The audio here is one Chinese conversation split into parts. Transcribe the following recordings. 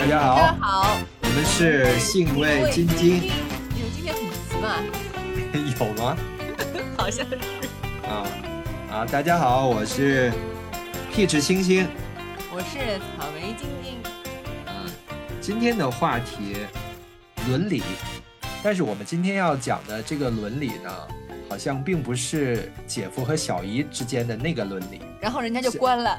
大家大家好， 好， 我们是信味津津， 有今天挺齐嘛， 有吗？ 好像是。 啊大家好，我是 Peach 星星。 我是草莓晶晶。 今天的话题伦理，但是我们今天要讲的这个伦理呢，好像并不是姐夫和小姨之间的那个伦理。 然后人家就关了。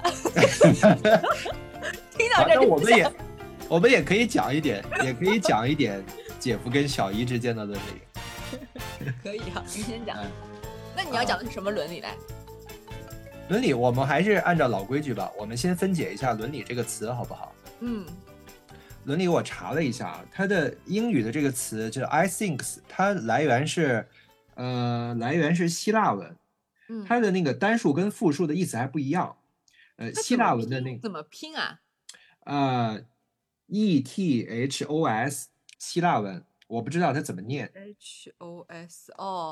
听到好，那这就我们也可以讲一点，姐夫跟小姨之间的伦理。 可以哈，你先讲。 嗯那你要讲的是什么伦理来？ 伦理，我们还是按照老规矩吧，我们先分解一下“伦理”这个词，好不好？伦理我查了一下啊，它的英语的这个词就是 I thinks， 它来源是希腊文，它的那个单数跟复数的意思还不一样。希腊文的那个怎么拼啊 ETHOS， 希腊文我不知道它怎么念。 ？HOS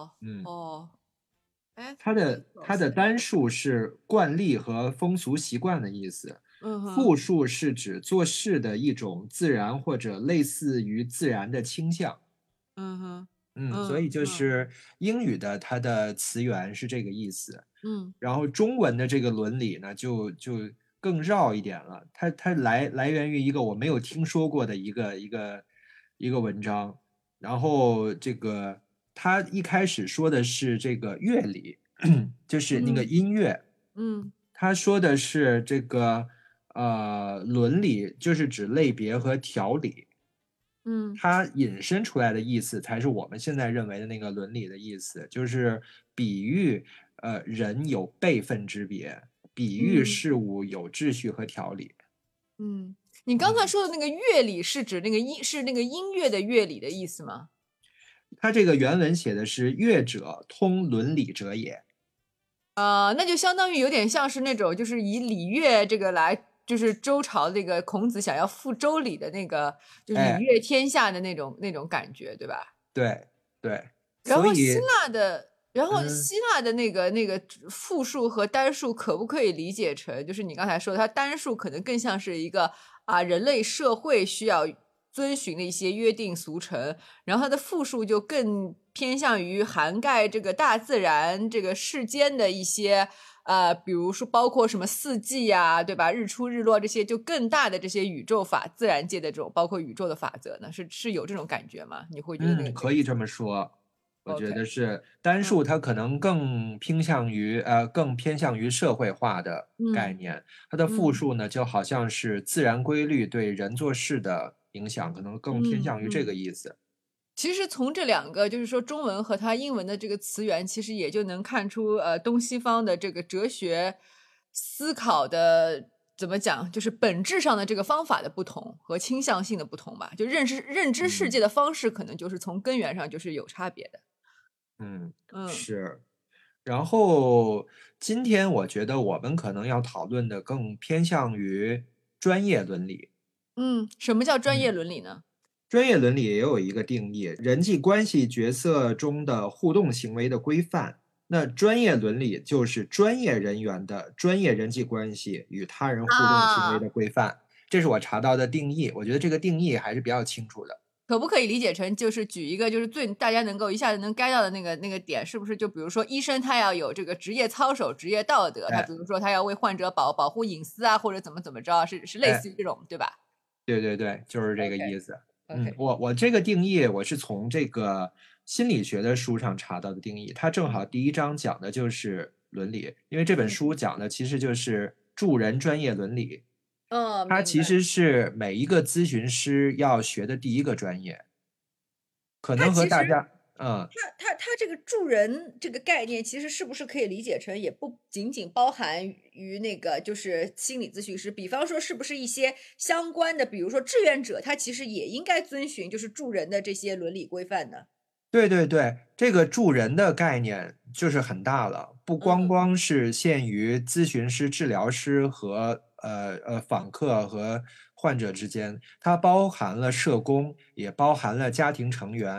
哎， 它的单数是惯例和风俗习惯的意思，复数是指做事的一种自然或者类似于自然的倾向。所以就是英语的它的词源是这个意思。然后中文的这个伦理呢，就更绕一点了，它来源于一个我没有听说过的一个文章。然后这个他一开始说的是这个乐理，就是那个音乐。他说的是这个伦理，就是指类别和条理。它引申出来的意思才是我们现在认为的那个伦理的意思，就是比喻人有辈分之别，比喻事物有秩序和条理。 你刚才说的那个乐理是指那个音乐的乐理的意思吗？ 它这个原文写的是乐者通伦理者也。 那就相当于有点像是那种，就是以礼乐这个来，就是周朝这个孔子想要复周礼的那个，就是礼乐天下的那种感觉，对吧？ 对对。 然后所以希腊的那个复数和单数可不可以理解成，就是你刚才说的，它单数可能更像是一个人类社会需要遵循的一些约定俗成，然后它的复数就更偏向于涵盖这个大自然这个世间的一些比如说包括什么四季呀，对吧？日出日落这些就更大的这些宇宙法、自然界的这种包括宇宙的法则呢，是有这种感觉吗？你会觉得那个可以这么说。我觉 OK 得是单数，它可能更偏向于社会化的概念。它的复数呢，就好像是自然规律对人做事的影响，可能更偏向于这个意思。 其实从这两个，就是说中文和它英文的这个词源，其实也就能看出，东西方的这个哲学思考的怎么讲，就是本质上的这个方法的不同和倾向性的不同吧。就认知世界的方式，可能就是从根源上就是有差别的。 是。然后今天我觉得我们可能要讨论的更偏向于专业伦理。 什么叫专业伦理呢？ 专业伦理也有一个定义，人际关系角色中的互动行为的规范。那专业伦理就是专业人员的专业人际关系与他人互动行为的规范。这是我查到的定义，我觉得这个定义还是比较清楚的。 可不可以理解成，就是举一个就是大家能够一下子能 get 到的那个点，是不是就比如说医生他要有这个职业操守、职业道德，他比如说他要为患者保护隐私啊，或者怎么着，是类似于这种，对吧？ 对对对，就是这个意思。 OK 我这个定义我是从这个心理学的书上查到的定义，它正好第一章讲的就是伦理，因为这本书讲的其实就是助人专业伦理。它其实是每一个咨询师要学的第一个专业，可能和大家他这个助人这个概念，其实是不是可以理解成，也不仅仅包含于那个就是心理咨询师？比方说，是不是一些相关的，比如说志愿者，他其实也应该遵循就是助人的这些伦理规范呢？ 对对对，这个助人的概念就是很大了，不光是限于咨询师、治疗师和访客和患者之间，它包含了社工，也包含了家庭成员，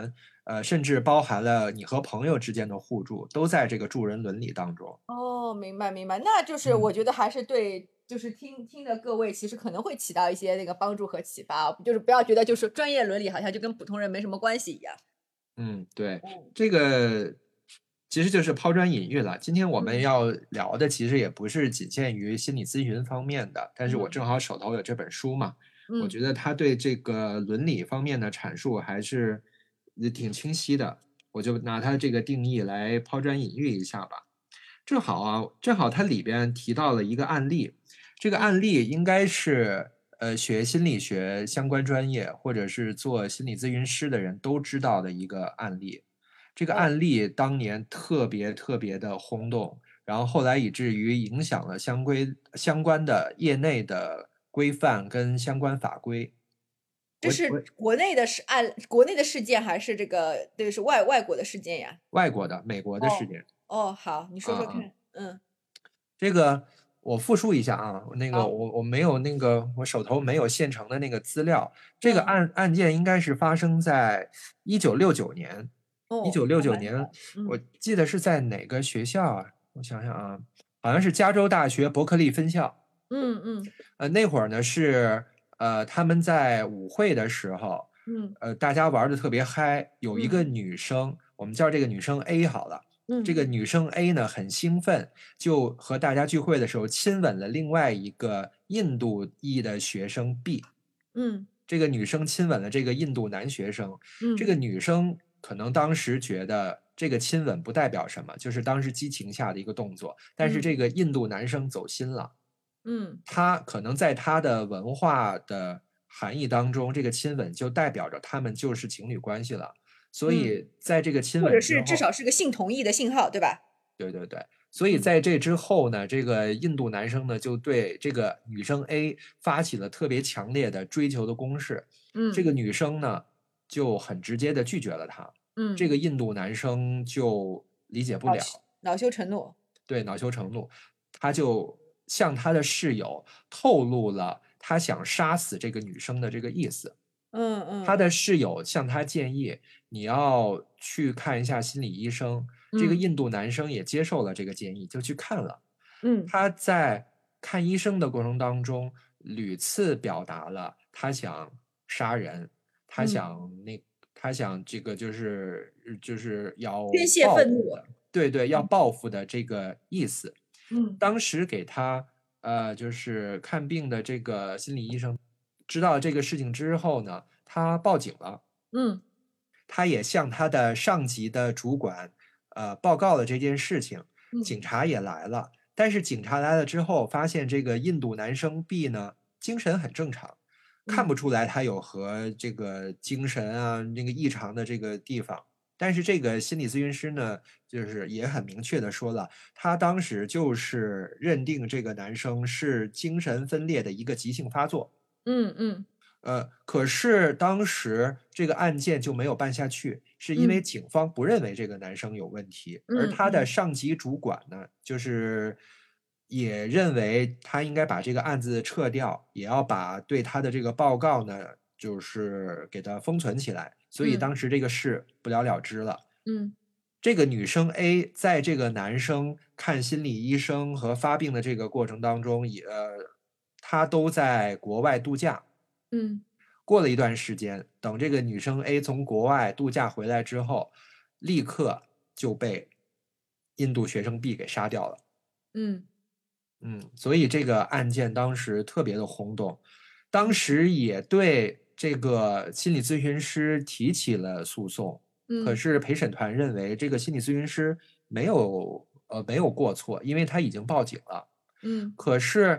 甚至包含了你和朋友之间的互助，都在这个助人伦理当中。 哦，明白明白，那就是我觉得还是对，就是听的各位其实可能会起到一些那个帮助和启发，就是不要觉得就是专业伦理好像就跟普通人没什么关系一样。 对，这个其实就是抛砖引玉了。今天我们要聊的其实也不是仅限于心理咨询方面的，但是我正好手头有这本书嘛，我觉得他对这个伦理方面的阐述还是挺清晰的，我就拿他这个定义来抛砖引玉一下吧。正好它里边提到了一个案例，这个案例应该是学心理学相关专业或者是做心理咨询师的人都知道的一个案例。这个案例当年特别特别的轰动，然后后来以至于影响了相关的业内的规范跟相关法规。 这是国内的国内的事件还是这个是外国的事件呀？ 外国的，美国的事件。 好，你说说看。 这个我复述一下啊，那个我没有那个我手头没有现成的那个资料。这个案件应该是发生在1969年。1969年，我记得是在哪个学校啊？我想想啊，好像是加州大学伯克利分校。那会儿呢是他们在舞会的时候，大家玩的特别嗨，有一个女生，我们叫这个女生 A 好了。这个女生 A 呢很兴奋，就和大家聚会的时候亲吻了另外一个印度裔的学生 B。这个女生亲吻了这个印度男学生。这个女生可能当时觉得这个亲吻不代表什么，就是当时激情下的一个动作。但是这个印度男生走心了。他可能在他的文化的含义当中，这个亲吻就代表着他们就是情侣关系了。所以在这个亲吻或者是至少是个性同意的信号，对吧？ 对对对。所以在这之后呢，这个印度男生呢就对这个女生 A 发起了特别强烈的追求的攻势。这个女生呢就很直接的拒绝了他。这个印度男生就理解不了， 恼羞成怒。 对，恼羞成怒，他就向他的室友透露了他想杀死这个女生的这个意思。他的室友向他建议你要去看一下心理医生。这个印度男生也接受了这个建议，就去看了。他在看医生的过程当中屡次表达了他想杀人，他想这个就是要宣泄愤怒的， 对，要报复的这个意思。当时给他就是看病的这个心理医生知道这个事情之后呢，他报警了。他也向他的上级的主管报告了这件事情。警察也来了，但是警察来了之后发现这个印度男生 B 呢精神很正常，看不出来他有和这个精神啊那个异常的这个地方。但是这个心理咨询师呢就是也很明确的说了，他当时就是认定这个男生是精神分裂的一个急性发作。可是当时这个案件就没有办下去，是因为警方不认为这个男生有问题。而他的上级主管呢就是也认为他应该把这个案子撤掉，也要把对他的这个报告呢就是给他封存起来。所以当时这个事不了了之了。这个女生 A 在这个男生看心理医生和发病的这个过程当中她都在国外度假。过了一段时间，等这个女生 A 从国外度假回来之后，立刻就被印度学生 B 给杀掉了。所以这个案件当时特别的轰动，当时也对这个心理咨询师提起了诉讼。可是陪审团认为这个心理咨询师没有过错，因为他已经报警了。可是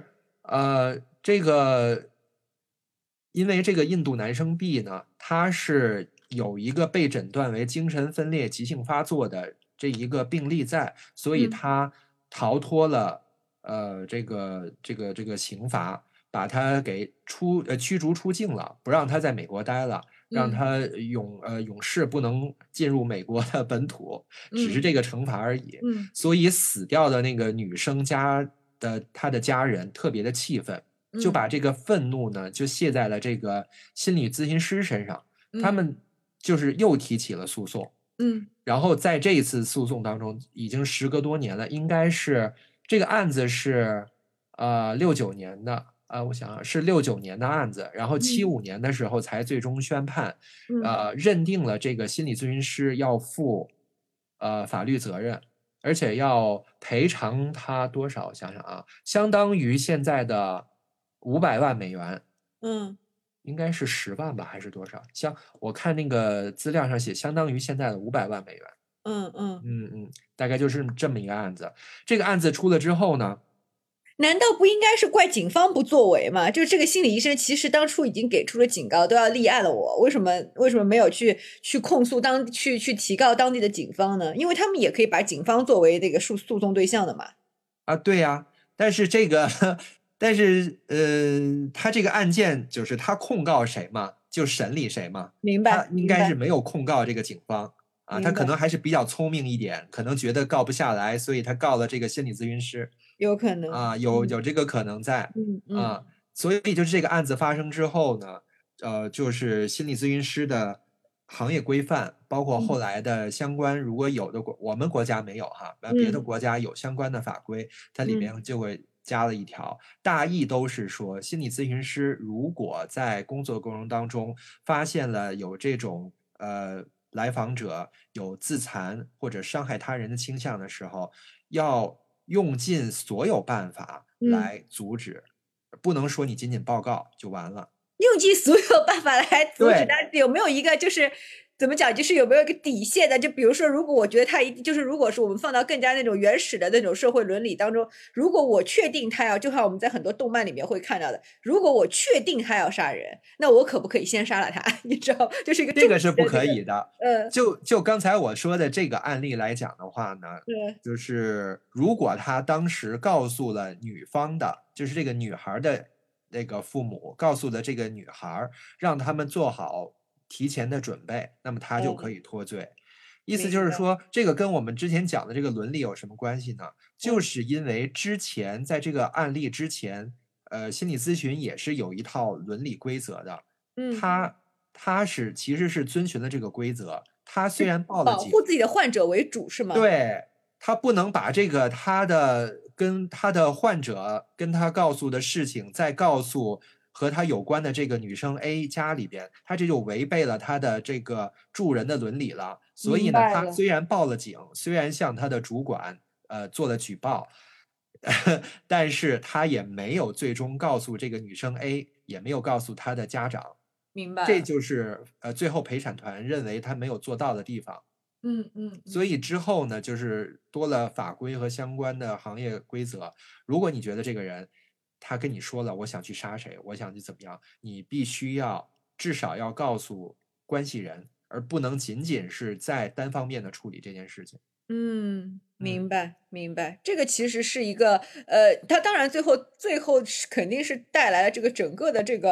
因为这个印度男生 B 呢，他是有一个被诊断为精神分裂急性发作的这一个病例在，所以他逃脱了这个刑罚，把他给驱逐出境了，不让他在美国待了，让他永世不能进入美国的本土，只是这个惩罚而已。所以死掉的那个女生他的家人特别的气愤，就把这个愤怒呢就卸在了这个心理咨询师身上。他们就是又提起了诉讼。然后在这一次诉讼当中，已经时隔多年了，应该是这个案子是69年的，我想想是69年的案子，然后75年的时候才最终宣判，认定了这个心理咨询师要负法律责任，而且要赔偿他多少？想想啊，相当于现在的$500万。应该是10万吧，还是多少？像我看那个资料上写，相当于现在的$500万。大概就是这么一个案子。这个案子出了之后呢， 难道不应该是怪警方不作为吗？就是这个心理医生其实当初已经给出了警告，都要立案了我，为什么没有去控诉去提告当地的警方呢？因为他们也可以把警方作为这个诉讼对象的嘛。 对呀，但是他这个案件就是他控告谁嘛，就审理谁嘛。 明白。 他应该是没有控告这个警方他可能还是比较聪明一点，可能觉得告不下来，所以他告了这个心理咨询师。 有可能有这个可能在。所以就是这个案子发生之后呢，就是心理咨询师的行业规范，包括后来的相关，如果有的我们国家没有哈，别的国家有相关的法规，它里面就会加了一条，大意都是说，心理咨询师如果在工作过程当中发现了有这种来访者有自残或者伤害他人的倾向的时候，要用尽所有办法来阻止，不能说你仅仅报告就完了。 用尽所有办法来阻止，但有没有一个就是怎么讲，就是有没有一个底线的？就比如说，如果我觉得他就是如果是我们放到更加那种原始的那种社会伦理当中，如果我确定他要，就像我们在很多动漫里面会看到的，如果我确定他要杀人，那我可不可以先杀了他？你知道，就是一个这个是不可以的。就刚才我说的这个案例来讲的话呢，就是如果他当时告诉了女方的，就是这个女孩的那个父母告诉的这个女孩，让他们做好提前的准备，那么他就可以脱罪。意思就是说，这个跟我们之前讲的这个伦理有什么关系呢？就是因为之前在这个案例之前，心理咨询也是有一套伦理规则的。他其实是遵循了这个规则。他虽然报了警， 保护自己的患者为主是吗？ 对，他不能把这个跟他的患者跟他告诉的事情再告诉和他有关的这个女生 A 家里边，他这就违背了他的这个助人的伦理了。所以呢，他虽然报了警，虽然向他的主管做了举报，但是他也没有最终告诉这个女生 A， 也没有告诉他的家长。 明白。 这就是最后陪审团认为他没有做到的地方。所以之后呢，就是多了法规和相关的行业规则。如果你觉得这个人他跟你说了我想去杀谁，我想去怎么样，你必须要至少要告诉关系人，而不能仅仅是在单方面的处理这件事情。 明白。这个其实是一个他当然最后肯定是带来了这个整个的这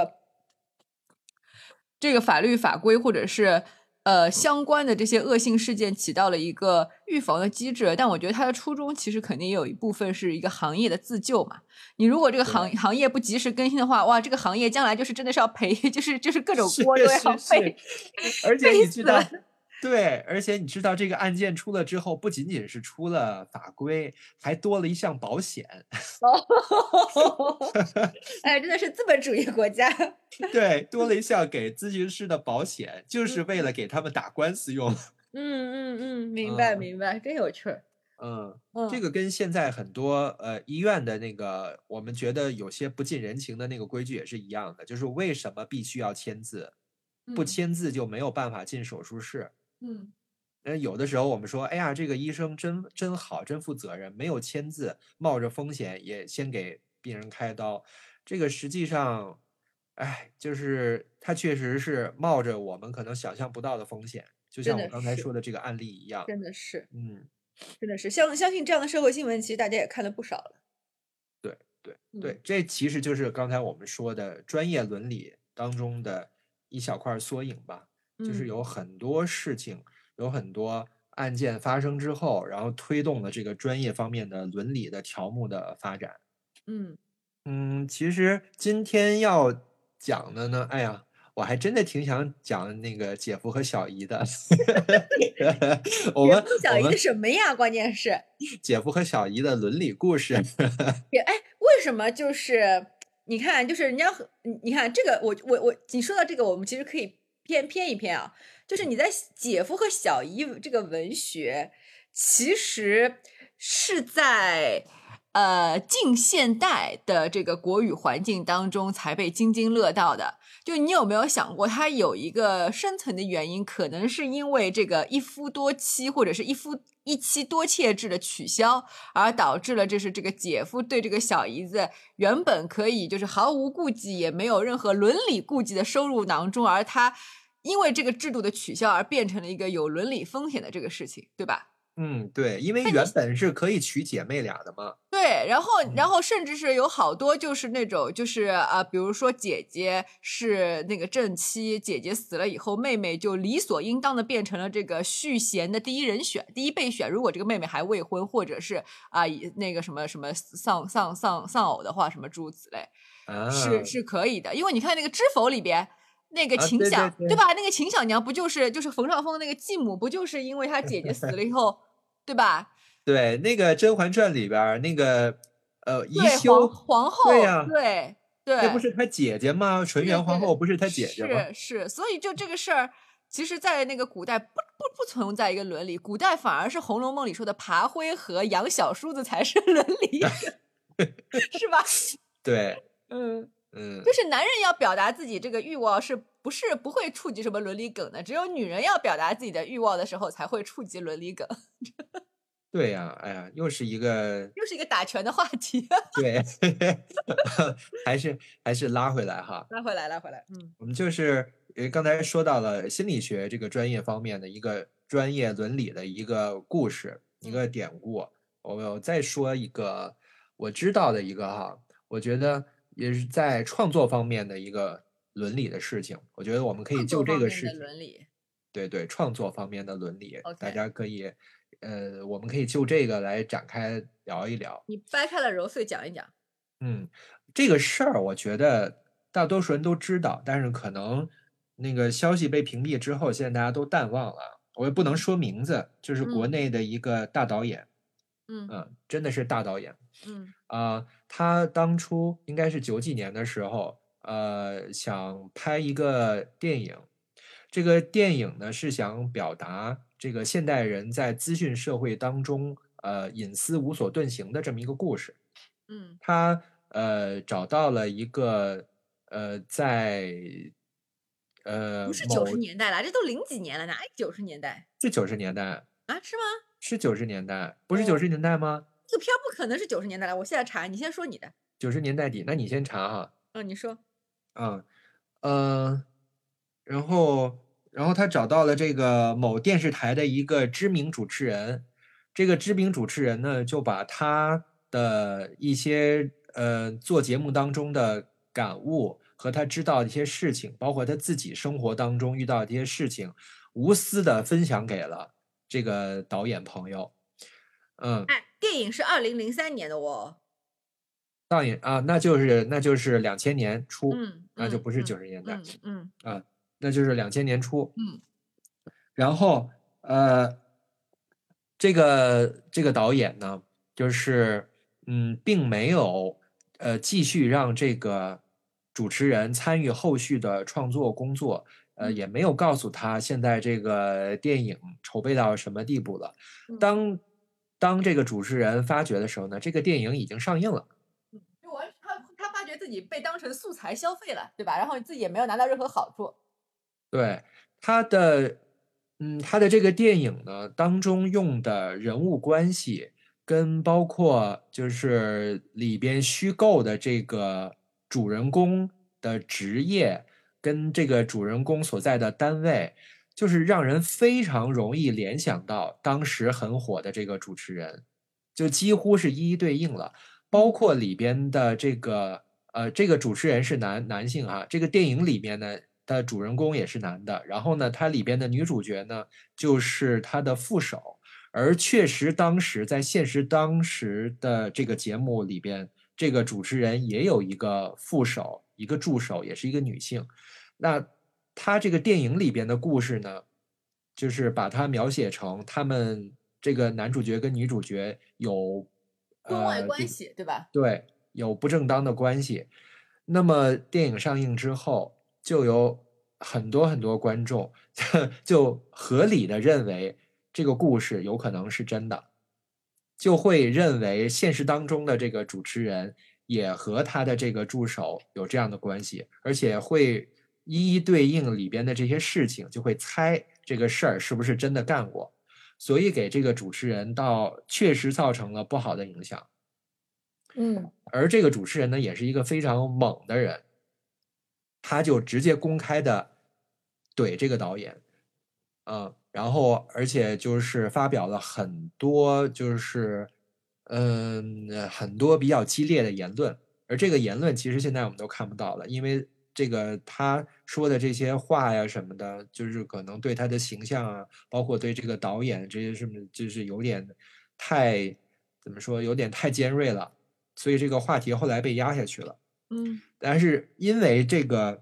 个法律法规或者是相关的这些恶性事件起到了一个预防的机制，但我觉得它的初衷其实肯定也有一部分是一个行业的自救嘛。你如果这个行业不及时更新的话，哇，这个行业将来就是真的是要赔，就是各种锅都要赔， 而且你知道。对，而且你知道这个案件出了之后，不仅仅是出了法规，还多了一项保险。 哎，真的是资本主义国家。 对，多了一项给咨询师的保险，就是为了给他们打官司用。 明白，真有趣儿。 这个跟现在很多医院的那个我们觉得有些不近人情的那个规矩也是一样的，就是为什么必须要签字，不签字就没有办法进手术室。有的时候我们说，哎呀，这个医生真好，真负责任，没有签字，冒着风险也先给病人开刀。这个实际上，就是他确实是冒着我们可能想象不到的风险，就像我刚才说的这个案例一样。 真的是，相信这样的社会新闻，其实大家也看了不少了。 对，这其实就是刚才我们说的专业伦理当中的一小块缩影吧。就是有很多事情，有很多案件发生之后，然后推动了这个专业方面的伦理的条目的发展。其实今天要讲的呢， 我还真的挺想讲那个姐夫和小姨的。我姐夫们我们小姨的什么呀？关键是姐夫和小姨的伦理故事。 哎，为什么就是你看，就是人家你看这个，你说到这个，我们其实可以偏一偏啊，就是你在姐夫和小姨这个文学，其实是在近现代的这个国语环境当中才被津津乐道的。就你有没有想过，它有一个深层的原因，可能是因为这个一夫多妻或者是一妻多妾制的取消，而导致了这个姐夫对这个小姨子原本可以就是毫无顾忌，也没有任何伦理顾忌的收入囊中，而他因为这个制度的取消而变成了一个有伦理风险的这个事情，对吧？ 对，因为原本是可以娶姐妹俩的嘛。 对，然后甚至是有好多就是那种就是比如说姐姐是那个正妻，姐姐死了以后，妹妹就理所应当的变成了这个续弦的第一人选、第一备选。如果这个妹妹还未婚，或者是那个什么什么丧偶的话，什么诸如此类，是可以的。因为你看那个《知否》里边。那个秦响，对吧？那个秦小娘不就是冯绍峰那个继母，不就是因为他姐姐死了以后，对吧？ 对，那个《甄嬛传》里边那个宜对修皇后， 对呀， 对， 那不是她姐姐吗？纯元皇后不是她姐姐吗？ 是，所以就这个事儿，其实，在那个古代不存在一个伦理，古代反而是《红楼梦》里说的爬灰和养小叔子才是伦理，是吧？ 对， 就是男人要表达自己这个欲望，不会触及什么伦理梗的？只有女人要表达自己的欲望的时候，才会触及伦理梗。 对呀，哎呀，又是一个打拳的话题。 对，还是拉回来哈， 拉回来。 我们就是刚才说到了心理学这个专业方面的一个专业伦理的一个故事，一个典故。我再说一个我知道的一个哈，我觉得也是在创作方面的一个伦理的事情。我觉得我们可以就这个事情，对，创作方面的伦理，大家可以我们可以就这个来展开聊一聊。 你掰开了揉碎讲一讲。 这个事儿我觉得大多数人都知道，但是可能那个消息被屏蔽之后，现在大家都淡忘了。我也不能说名字，就是国内的一个大导演，真的是大导演，他当初应该是90几年的时候，想拍一个电影，这个电影呢是想表达这个现代人在资讯社会当中，隐私无所遁形的这么一个故事。他找到了一个在不是90年代了，这都00几年了，哪有90年代？ 是90年代啊？是吗？ 是90年代，不是90年代吗？ 这个片不可能是90年代了，我现在查，你先说你的。 90年代底，那你先查哈。 你说。 然后他找到了这个某电视台的一个知名主持人，这个知名主持人呢就把他的一些做节目当中的感悟和他知道的一些事情，包括他自己生活当中遇到的这些事情，无私的分享给了这个导演朋友。 电影是2003年的哦。 导演那就是2000年初，那就不是90年代，那就是2000年初，然后这个导演呢，就是并没有继续让这个主持人参与后续的创作工作，也没有告诉他现在这个电影筹备到什么地步了。当这个主持人发觉的时候呢，这个电影已经上映了。 就他发觉自己被当成素材消费了，对吧？然后自己也没有拿到任何好处。 对，他的这个电影呢当中用的人物关系，跟包括就是里边虚构的这个主人公的职业，跟这个主人公所在的单位，就是让人非常容易联想到当时很火的这个主持人，就几乎是一一对应了。包括里边的这个主持人是男性哈，这个电影里面呢的主人公也是男的，然后呢，它里边的女主角呢就是他的副手，而确实当时在现实当时的这个节目里边，这个主持人也有一个副手，一个助手，也是一个女性。那他这个电影里边的故事呢，就是把它描写成他们这个男主角跟女主角有婚外关系，对吧？ 对，有不正当的关系。那么电影上映之后，就有很多很多观众就合理的认为这个故事有可能是真的，就会认为现实当中的这个主持人也和他的这个助手有这样的关系，而且会一一对应里边的这些事情，就会猜这个事儿是不是真的干过，所以给这个主持人确实造成了不好的影响。而这个主持人呢，也是一个非常猛的人，他就直接公开的怼这个导演，然后而且就是发表了很多很多比较激烈的言论，而这个言论其实现在我们都看不到了，因为这个他说的这些话呀什么的，就是可能对他的形象啊，包括对这个导演这些什么，就是有点怎么说，有点太尖锐了，所以这个话题后来被压下去了。但是因为这个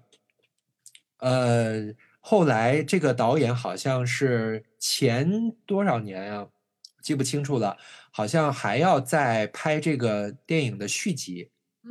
后来这个导演好像是前多少年啊，记不清楚了，好像还要再拍这个电影的续集。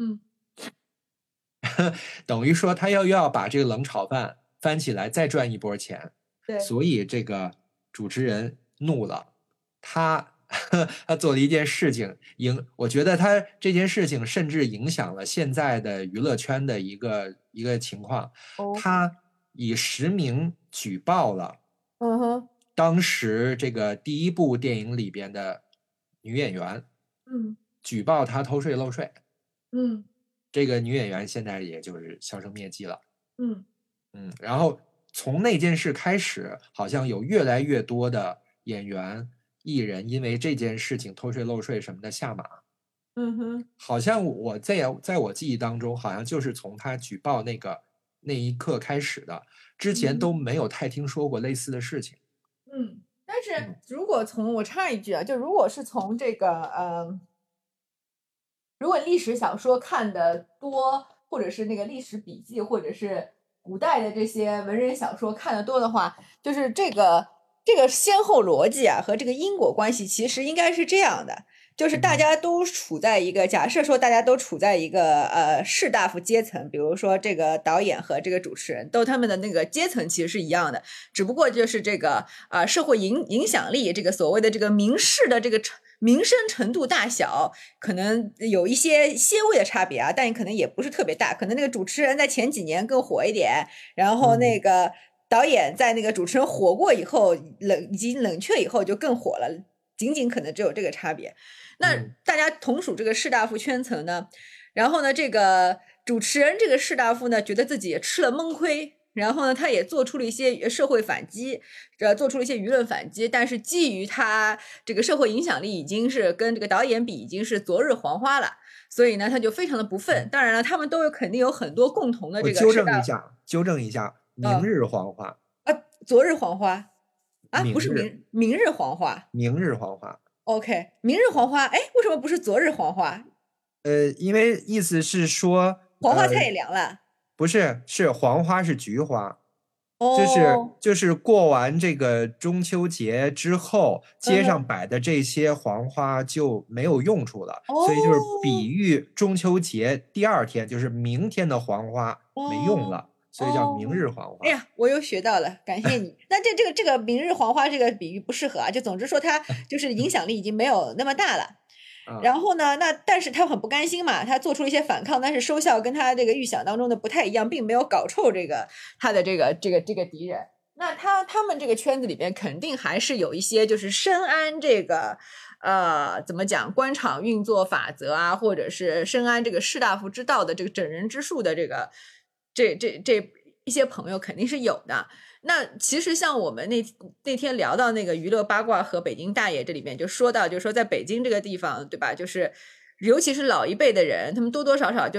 等于说他又要把这个冷炒饭翻起来再赚一波钱。 对， 所以这个主持人怒了，他做了一件事情，我觉得他这件事情甚至影响了现在的娱乐圈的一个情况。他以实名举报了当时这个第一部电影里边的女演员，举报她偷税漏税。这个女演员现在也就是销声灭迹了。然后从那件事开始，好像有越来越多的演员艺人因为这件事情偷税漏税什么的下马。好像我在我记忆当中，好像就是从他举报那一刻开始的，之前都没有太听说过类似的事情。 但是如果我插一句啊，就如果是从这个如果历史小说看的多，或者是那个历史笔记，或者是古代的这些文人小说看的多的话，就是这个先后逻辑啊和这个因果关系其实应该是这样的，就是大家都处在一个假设说大家都处在一个士大夫阶层，比如说这个导演和这个主持人他们的那个阶层其实是一样的，只不过就是这个社会影响力，这个所谓的这个名士的这个名声程度大小可能有一些些微的差别啊，但可能也不是特别大，可能那个主持人在前几年更火一点，然后那个导演在那个主持人火过以后已经冷却以后就更火了，仅仅可能只有这个差别。那大家同属这个士大夫圈层呢，然后呢这个主持人这个士大夫呢觉得自己也吃了闷亏，然后呢他也做出了一些社会反击，做出了一些舆论反击，但是基于他这个社会影响力已经是跟这个导演比已经是昨日黄花了，所以呢他就非常的不忿。当然了，他们都肯定有很多共同的这个纠正一下，明日黄花昨日黄花啊，不是明日黄花， 明日黄花。 OK， 明日黄花，哎，为什么不是昨日黄花？ 因为意思是说黄花菜也凉了。 不是，是黄花是菊花。就是过完这个中秋节之后，街上摆的这些黄花就没有用处了，所以就是比喻中秋节第二天，就是明天的黄花没用了，所以叫明日黄花。 哎呀，我又学到了，感谢你。但这个明日黄花这个比喻不适合啊，就总之说它就是影响力已经没有那么大了。然后呢，但是他很不甘心嘛，他做出了一些反抗，但是收效跟他这个预想当中的不太一样，并没有搞臭他的这个敌人。那他们这个圈子里边肯定还是有一些就是深谙这个怎么讲官场运作法则啊，或者是深谙这个士大夫之道的这个整人之术的这一些朋友肯定是有的。那其实像我们那天聊到那个娱乐八卦和北京大爷这里面就说到，就是说在北京这个地方，对吧？就是尤其是老一辈的人，他们多多少少就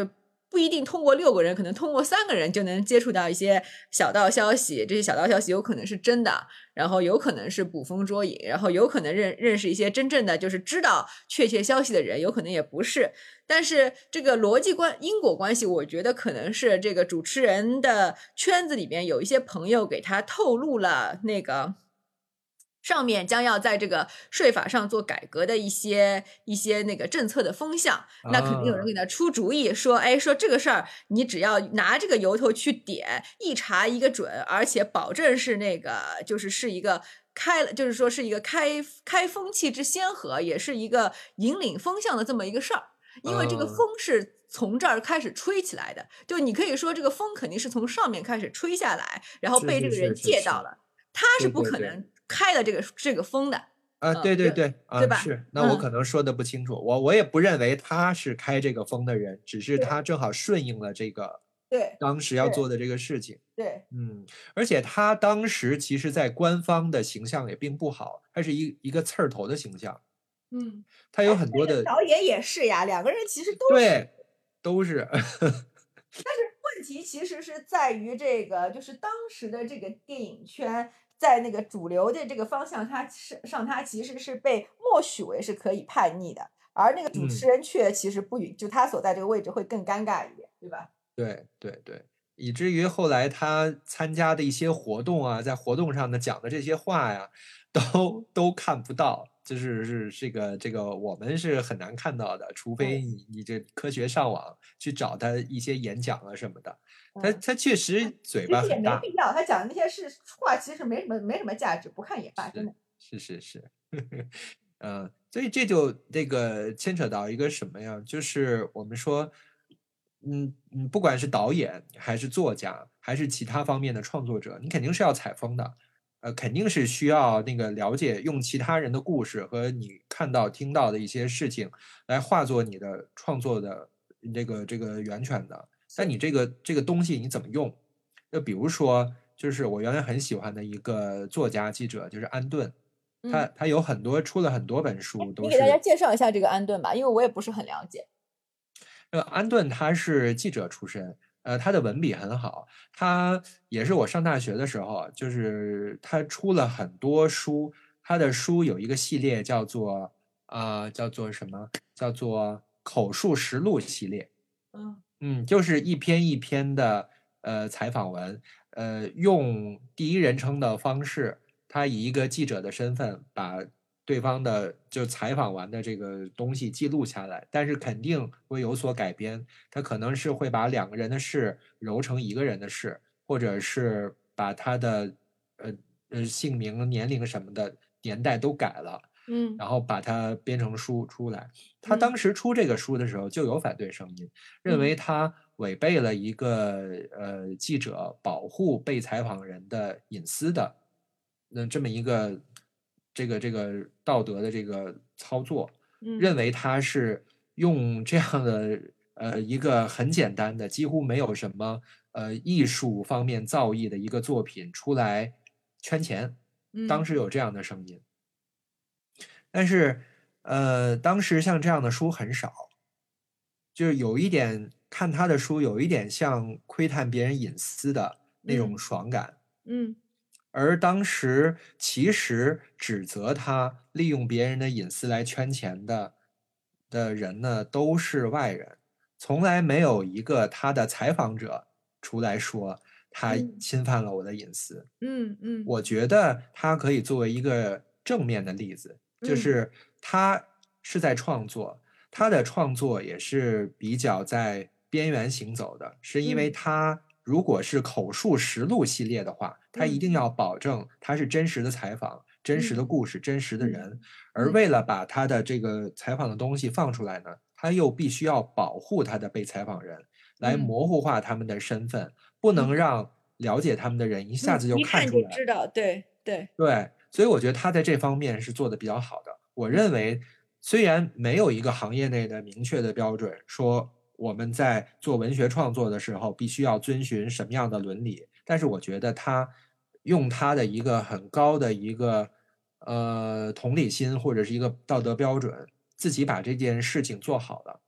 不一定通过6个人，可能通过3个人就能接触到一些小道消息，这些小道消息有可能是真的，然后有可能是捕风捉影，然后有可能认识一些真正的就是知道确切消息的人，有可能也不是。但是这个逻辑因果关系，我觉得可能是这个主持人的圈子里边有一些朋友给他透露了那个上面将要在这个税法上做改革的一些那个政策的风向，那肯定有人给他出主意，说，哎，说这个事儿你只要拿这个由头去点，一查一个准，而且保证是那个是一个就是说是一个开风气之先河，也是一个引领风向的这么一个事儿，因为这个风是从这儿开始吹起来的，就你可以说这个风肯定是从上面开始吹下来，然后被这个人借到了，他是不可能开了这个风的对对对对吧？ 是，那我可能说的不清楚，我也不认为他是开这个风的人，只是他正好顺应了这个当时要做的这个事情。 对， 而且他当时其实在官方的形象也并不好，他是一个刺儿头的形象。他有很多的导演也是呀，2个人其实都是但是问题其实是在于这个，就是当时的这个电影圈，在那个主流的这个方向，它其实是被默许为是可以叛逆的，而那个主持人却其实不允，就他所在这个位置会更尴尬一点，对吧？ 对对对，以至于后来他参加的一些活动啊，在活动上呢讲的这些话呀，都看不到。是这个我们是很难看到的，除非你这科学上网去找他一些演讲啊什么的。他确实嘴巴很大， 也没必要，他讲的那些话其实没什么价值，不看也罢，真的。 是，所以这个牵扯到一个什么呀？就是我们说，不管是导演还是作家，还是其他方面的创作者，你肯定是要采风的。肯定是需要那个了解，用其他人的故事和你看到、听到的一些事情来化作你的创作的这个源泉的。但你这个东西你怎么用？就比如说，就是我原来很喜欢的一个作家记者，就是安顿，他有出了很多本书，都是。 你给大家介绍一下这个安顿吧，因为我也不是很了解。 安顿他是记者出身。他的文笔很好，他也是我上大学的时候，就是他出了很多书，他的书有一个系列叫做什么？叫做口述实录系列。就是一篇一篇的采访文，用第一人称的方式，他以一个记者的身份把对方的就采访完的这个东西记录下来，但是肯定会有所改编。他可能是会把2个人的事揉成1个人的事，或者是把他的姓名、年龄什么的年代都改了，然后把它编成书出来。他当时出这个书的时候就有反对声音，认为他违背了一个记者保护被采访人的隐私的这么一个这个道德的这个操作，认为他是用这样的一个很简单的几乎没有什么艺术方面造诣的一个作品出来圈钱。当时有这样的声音，但是当时像这样的书很少，就是有一点看他的书有一点像窥探别人隐私的那种爽感。而当时其实指责他利用别人的隐私来圈钱的人呢，都是外人，从来没有一个他的采访者出来说他侵犯了我的隐私。我觉得他可以作为一个正面的例子，就是他是在创作，他的创作也是比较在边缘行走的，是因为他如果是口述实录系列的话，他一定要保证他是真实的采访、真实的故事、真实的人，而为了把他的这个采访的东西放出来呢，他又必须要保护他的被采访人，来模糊化他们的身份，不能让了解他们的人一下子就看出来， 一看就知道，对。 所以我觉得他在这方面是做的比较好的。我认为，虽然没有一个行业内的明确的标准，说我们在做文学创作的时候必须要遵循什么样的伦理，但是我觉得他用他的一个很高的一个同理心或者是一个道德标准，自己把这件事情做好了，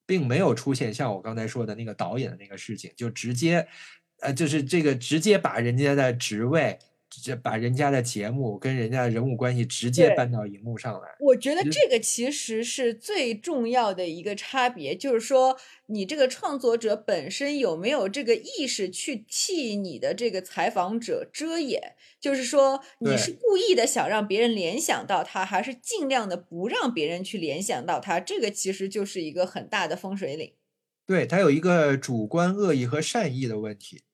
并没有出现像我刚才说的那个导演的那个事情，就直接，就是这个直接把人家的职位，把人家的节目跟人家的人物关系直接搬到荧幕上来。 我觉得这个其实是最重要的一个差别，就是说你这个创作者本身有没有这个意识去替你的这个采访者遮掩，就是说你是故意的想让别人联想到他，还是尽量的不让别人去联想到他，这个其实就是一个很大的分水岭。 对，它有一个主观恶意和善意的问题。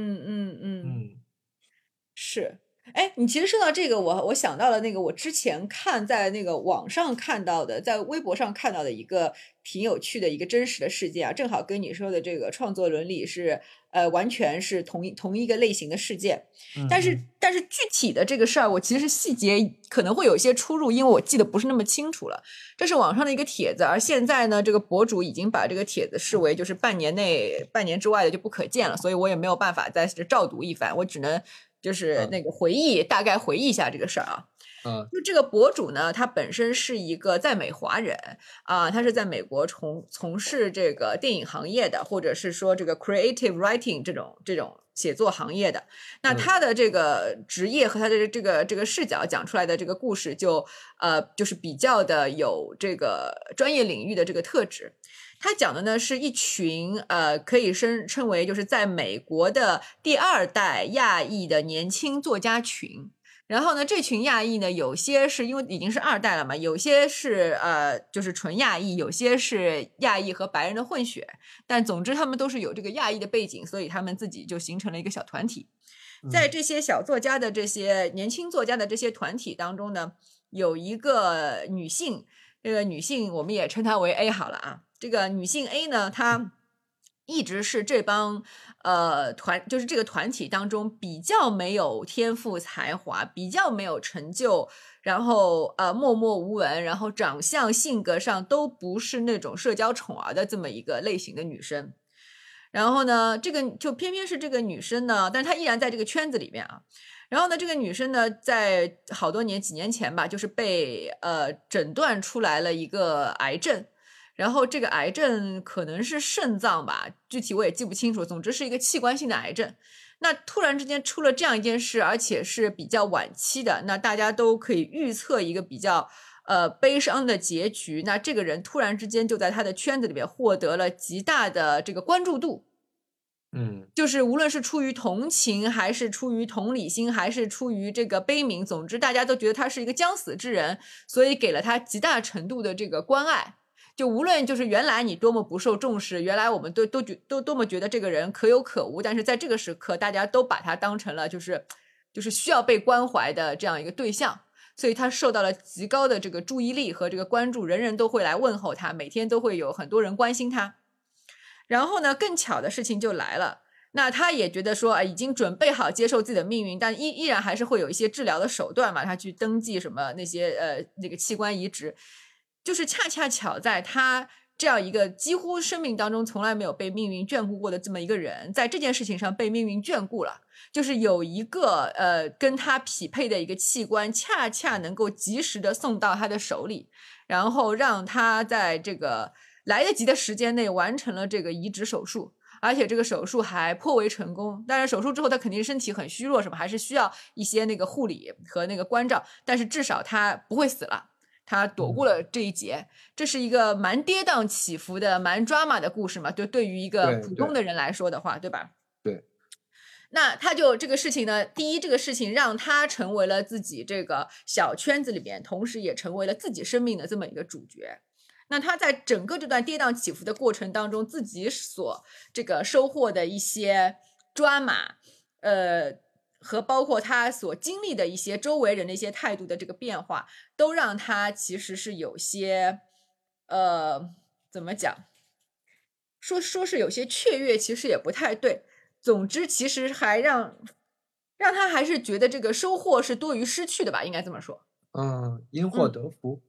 是。哎，你其实说到这个，我想到了那个我之前在那个网上看到的，在微博上看到的一个挺有趣的一个真实的事件啊，正好跟你说的这个创作伦理是完全是同一个类型的事件。但是具体的这个事儿，我其实细节可能会有一些出入，因为我记得不是那么清楚了。这是网上的一个帖子，而现在呢，这个博主已经把这个帖子视为就是半年之外的就不可见了，所以我也没有办法再照读一番，我只能就是那个大概回忆一下这个事儿啊。就这个博主呢，他本身是一个在美华人啊，他是在美国从事这个电影行业的，或者是说这个 creative writing 这种写作行业的。那他的这个职业和他的这个视角讲出来的这个故事就是比较的有这个专业领域的这个特质。他讲的呢是一群可以称为就是在美国的第二代亚裔的年轻作家群。然后呢，这群亚裔呢，有些是因为已经是二代了嘛，有些是就是纯亚裔，有些是亚裔和白人的混血，但总之他们都是有这个亚裔的背景，所以他们自己就形成了一个小团体。在这些小作家的这些年轻作家的这些团体当中呢，有一个女性，这个女性我们也称她为 A 好了啊。这个女性 A 呢，她一直是这帮就是这个团体当中比较没有天赋才华，比较没有成就，然后默默无闻，然后长相性格上都不是那种社交宠儿的这么一个类型的女生。然后呢，这个就偏偏是这个女生呢，但是她依然在这个圈子里面啊。然后呢，这个女生呢，在几年前吧，就是被诊断出来了一个癌症。然后这个癌症可能是肾脏吧，具体我也记不清楚，总之是一个器官性的癌症。那突然之间出了这样一件事，而且是比较晚期的，那大家都可以预测一个比较悲伤的结局。那这个人突然之间就在他的圈子里面获得了极大的这个关注度。就是无论是出于同情，还是出于同理心，还是出于这个悲悯，总之大家都觉得他是一个将死之人，所以给了他极大程度的这个关爱。就无论就是原来你多么不受重视，原来我们都多么觉得这个人可有可无，但是在这个时刻，大家都把他当成了就是需要被关怀的这样一个对象，所以他受到了极高的这个注意力和这个关注，人人都会来问候他，每天都会有很多人关心他。然后呢，更巧的事情就来了，那他也觉得说已经准备好接受自己的命运，但依然还是会有一些治疗的手段嘛，他去登记什么那些那个器官移植。就是恰巧在他这样一个几乎生命当中从来没有被命运眷顾过的这么一个人，在这件事情上被命运眷顾了，就是有一个跟他匹配的一个器官恰恰能够及时的送到他的手里，然后让他在这个来得及的时间内完成了这个移植手术，而且这个手术还颇为成功。当然手术之后他肯定身体很虚弱什么，还是需要一些那个护理和那个关照，但是至少他不会死了，他躲过了这一劫。这是一个蛮跌宕起伏的蛮 drama 的故事嘛，对于一个普通的人来说的话， 对吧？ 对。 那他就这个事情呢，第一，这个事情让他成为了自己这个小圈子里边，同时也成为了自己生命的这么一个主角。那他在整个这段跌宕起伏的过程当中，自己所这个收获的一些drama，和包括他所经历的一些周围人的一些态度的这个变化，都让他其实是有些怎么讲，说是有些雀跃，其实也不太对。总之其实还让他还是觉得这个收获是多于失去的吧，应该这么说。 因祸得福。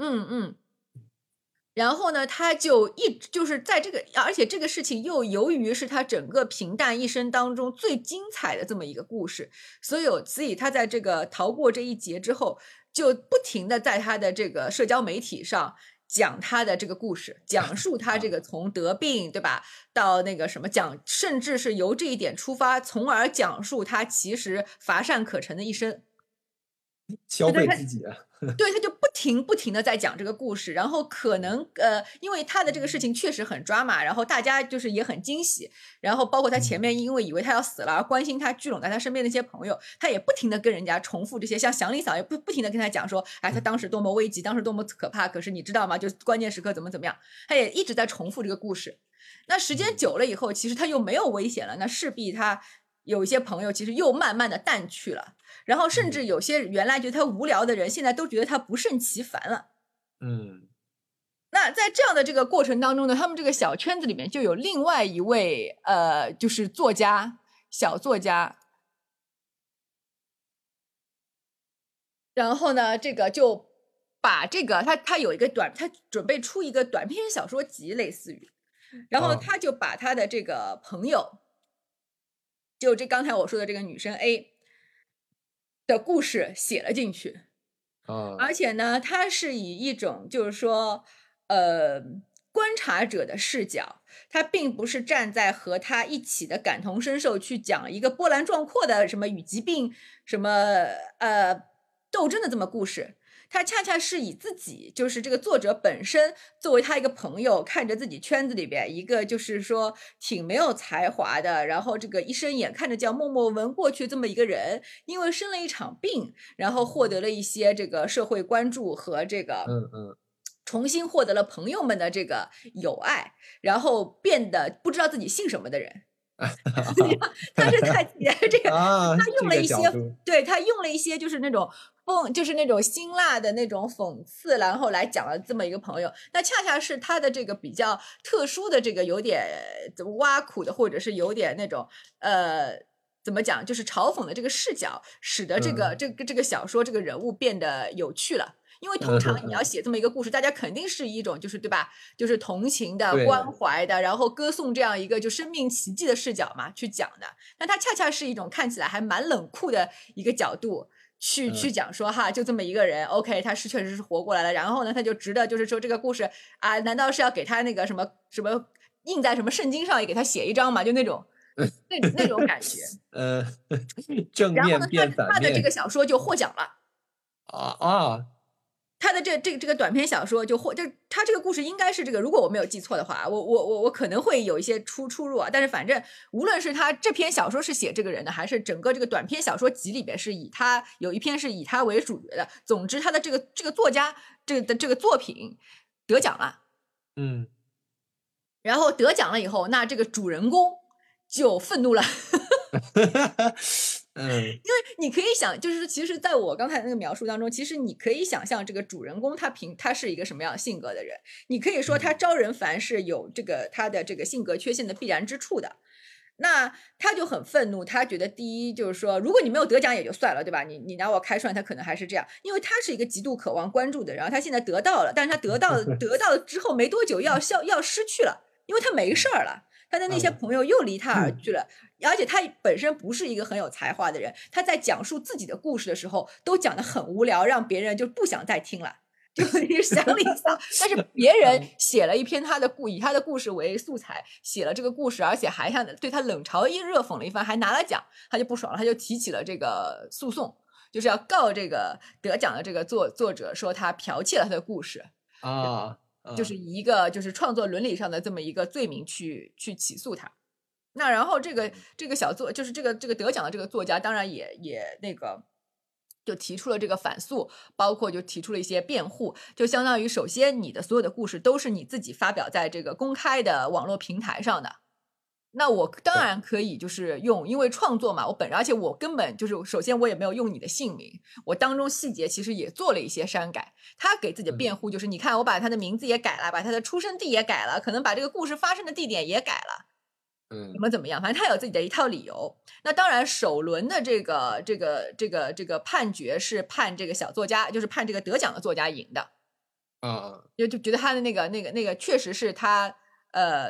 然后呢，他就是在这个，而且这个事情又由于是他整个平淡一生当中最精彩的这么一个故事，所以他在这个逃过这一劫之后，就不停的在他的这个社交媒体上讲他的这个故事，讲述他这个从得病，对吧，到那个什么讲，甚至是由这一点出发，从而讲述他其实乏善可陈的一生， 消费自己啊。 对，他就不停的在讲这个故事，然后可能因为他的这个事情确实很抓马，然后大家就是也很惊喜，然后包括他前面因为以为他要死了而关心他聚拢在他身边的一些朋友，他也不停的跟人家重复这些，像祥林嫂也不停的跟他讲说，哎，他当时多么危急，当时多么可怕，可是你知道吗？就关键时刻怎么样，他也一直在重复这个故事。那时间久了以后，其实他又没有危险了，那势必他有一些朋友其实又慢慢的淡去了。然后甚至有些原来觉得他无聊的人，现在都觉得他不胜其烦了。那在这样的这个过程当中呢，他们这个小圈子里面就有另外一位就是作家，小作家。然后呢，这个就把这个他有一个他准备出一个短篇小说集，类似于，然后他就把他的这个朋友，就这刚才我说的这个女生 A。的故事写了进去，而且呢，它是以一种就是说，观察者的视角，他并不是站在和他一起的感同身受去讲一个波澜壮阔的什么与疾病什么斗争的这么故事。他恰恰是以自己，就是这个作者本身作为他一个朋友，看着自己圈子里边一个就是说挺没有才华的，然后这个一生眼看着就要默默闻过去这么一个人，因为生了一场病，然后获得了一些这个社会关注和这个重新获得了朋友们的这个友爱，然后变得不知道自己姓什么的人。他是在这个，他用了一些，对，他用了一些就是那种就是那种辛辣的那种讽刺，然后来讲了这么一个朋友。那恰恰是他的这个比较特殊的这个有点挖苦的，或者是有点那种怎么讲，就是嘲讽的这个视角，使得这个小说这个人物变得有趣了。因为通常你要写这么一个故事，大家肯定是一种就是对吧，就是同情的、关怀的，然后歌颂这样一个就生命奇迹的视角嘛去讲的。但它恰恰是一种看起来还蛮冷酷的一个角度去讲说哈，就这么一个人 ，OK， 他是确实是活过来了。然后呢，他就值得就是说这个故事啊，难道是要给他那个什么印在什么圣经上也给他写一章嘛？就那种感觉。 正面变反面。然后呢， 他的这个小说就获奖了。他的这个短篇小说就他这个故事应该是这个，如果我没有记错的话，我可能会有一些出入啊。但是反正无论是他这篇小说是写这个人的，还是整个这个短篇小说集里边是以他有一篇是以他为主角的，总之他的这个作家这个作品得奖了。然后得奖了以后，那这个主人公就愤怒了。因为你可以想，就是其实在我刚才那个描述当中，其实你可以想象这个主人公他是一个什么样性格的人。你可以说他招人烦是有这个他的这个性格缺陷的必然之处的。那他就很愤怒，他觉得第一就是说，如果你没有得奖也就算了，对吧？你拿我开涮，他可能还是这样，因为他是一个极度渴望关注的人，然后他现在得到了，但是他得到了之后没多久要失去了，因为他没事儿了。他的那些朋友又离他而去了，而且他本身不是一个很有才华的人，他在讲述自己的故事的时候都讲得很无聊，让别人就不想再听了，就祥林嫂。但是别人写了一篇以他的故事为素材，写了这个故事，而且还对他冷嘲热讽了一番，还拿了奖，他就不爽了，他就提起了这个诉讼，就是要告这个得奖的这个作者，说他剽窃了他的故事就是一个就是创作伦理上的这么一个罪名去起诉他。那然后这个就是这个得奖的这个作家当然也那个就提出了这个反诉，包括就提出了一些辩护，就相当于首先你的所有的故事都是你自己发表在这个公开的网络平台上的，那我当然可以就是因为创作嘛，而且我根本就是首先我也没有用你的姓名，我当中细节其实也做了一些删改。他给自己的辩护就是你看我把他的名字也改了，把他的出生地也改了，可能把这个故事发生的地点也改了，怎么样，反正他有自己的一套理由。那当然首轮的这个判决是判这个小作家，就是判这个得奖的作家赢的就觉得他的那个确实是他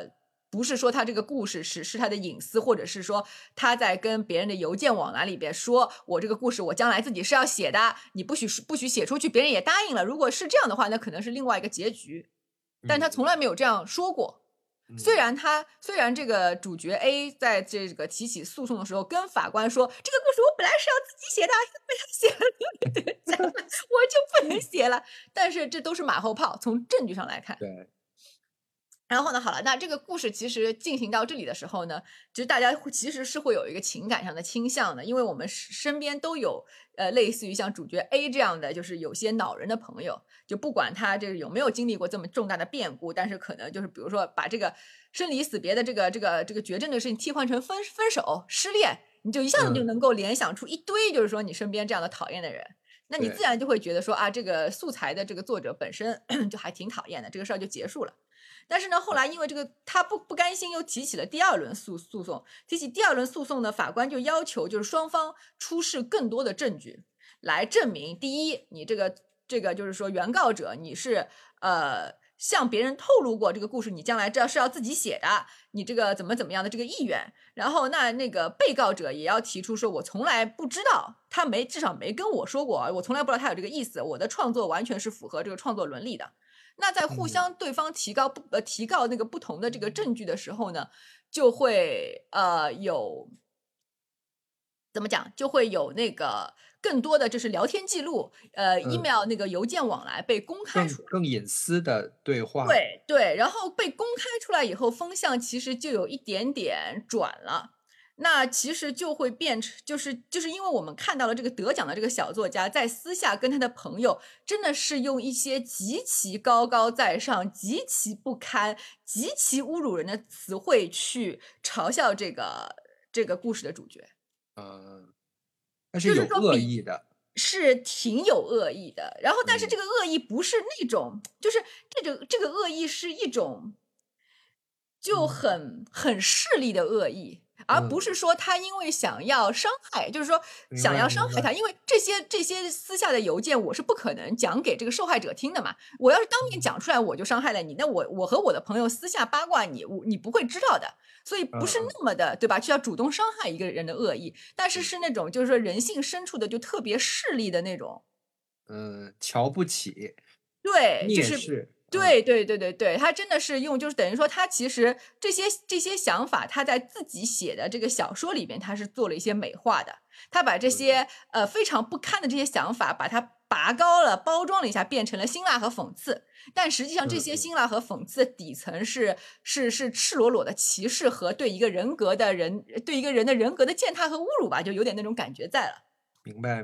不是说他这个故事是他的隐私，或者是说他在跟别人的邮件往来里边说我这个故事我将来自己是要写的，你不许写出去，别人也答应了。如果是这样的话，那可能是另外一个结局，但他从来没有这样说过。虽然这个主角 A 在这个提起诉讼的时候跟法官说，这个故事我本来是要自己写的，被他写了，我就不能写了。但是这都是马后炮，从证据上来看。 对。 然后呢，好了，那这个故事其实进行到这里的时候呢，其实大家其实是会有一个情感上的倾向的，因为我们身边都有类似于像主角 A 这样的，就是有些恼人的朋友，就不管他这个有没有经历过这么重大的变故，但是可能就是比如说把这个生离死别的这个绝症的事情替换成分手、失恋，你就一下子就能够联想出一堆，就是说你身边这样的讨厌的人。那你自然就会觉得说啊，这个素材的这个作者本身就还挺讨厌的，这个事儿就结束了。但是呢，后来因为这个他不甘心，又提起了第二轮诉讼。提起第二轮诉讼呢，法官就要求就是双方出示更多的证据，来证明第一，你这个就是说原告者你是向别人透露过这个故事，你将来这是要自己写的，你这个怎么样的这个意愿。然后那个被告者也要提出说，我从来不知道，他至少没跟我说过，我从来不知道他有这个意思，我的创作完全是符合这个创作伦理的。那在互相对方提告那个不同的这个证据的时候呢，就会有怎么讲，就会有那个更多的就是聊天记录email 那个邮件往来被公开出来， 更隐私的对话。 对，然后被公开出来以后，风向其实就有一点点转了。那其实就会变成，就是因为我们看到了这个得奖的这个小作家在私下跟他的朋友，真的是用一些极其高高在上、极其不堪、极其侮辱人的词汇去嘲笑这个故事的主角。 那是有恶意的， 是挺有恶意的。然后，但是这个恶意不是那种，就是这个恶意是一种就很势利的恶意。而不是说他因为想要伤害，就是说想要伤害他，因为这些私下的邮件我是不可能讲给这个受害者听的嘛。我要是当面讲出来，我就伤害了你，那我和我的朋友私下八卦你不会知道的。所以不是那么的，对吧？就要主动伤害一个人的恶意，但是是那种就是说人性深处的就特别势利的那种， 瞧不起， 对， 蔑视。 对，他真的是用，就是等于说，他其实这些想法，他在自己写的这个小说里边，他是做了一些美化的。他把这些非常不堪的这些想法，把它拔高了，包装了一下，变成了辛辣和讽刺。但实际上，这些辛辣和讽刺的底层是赤裸裸的歧视和对一个人的人格的践踏和侮辱吧，就有点那种感觉在了。 明白。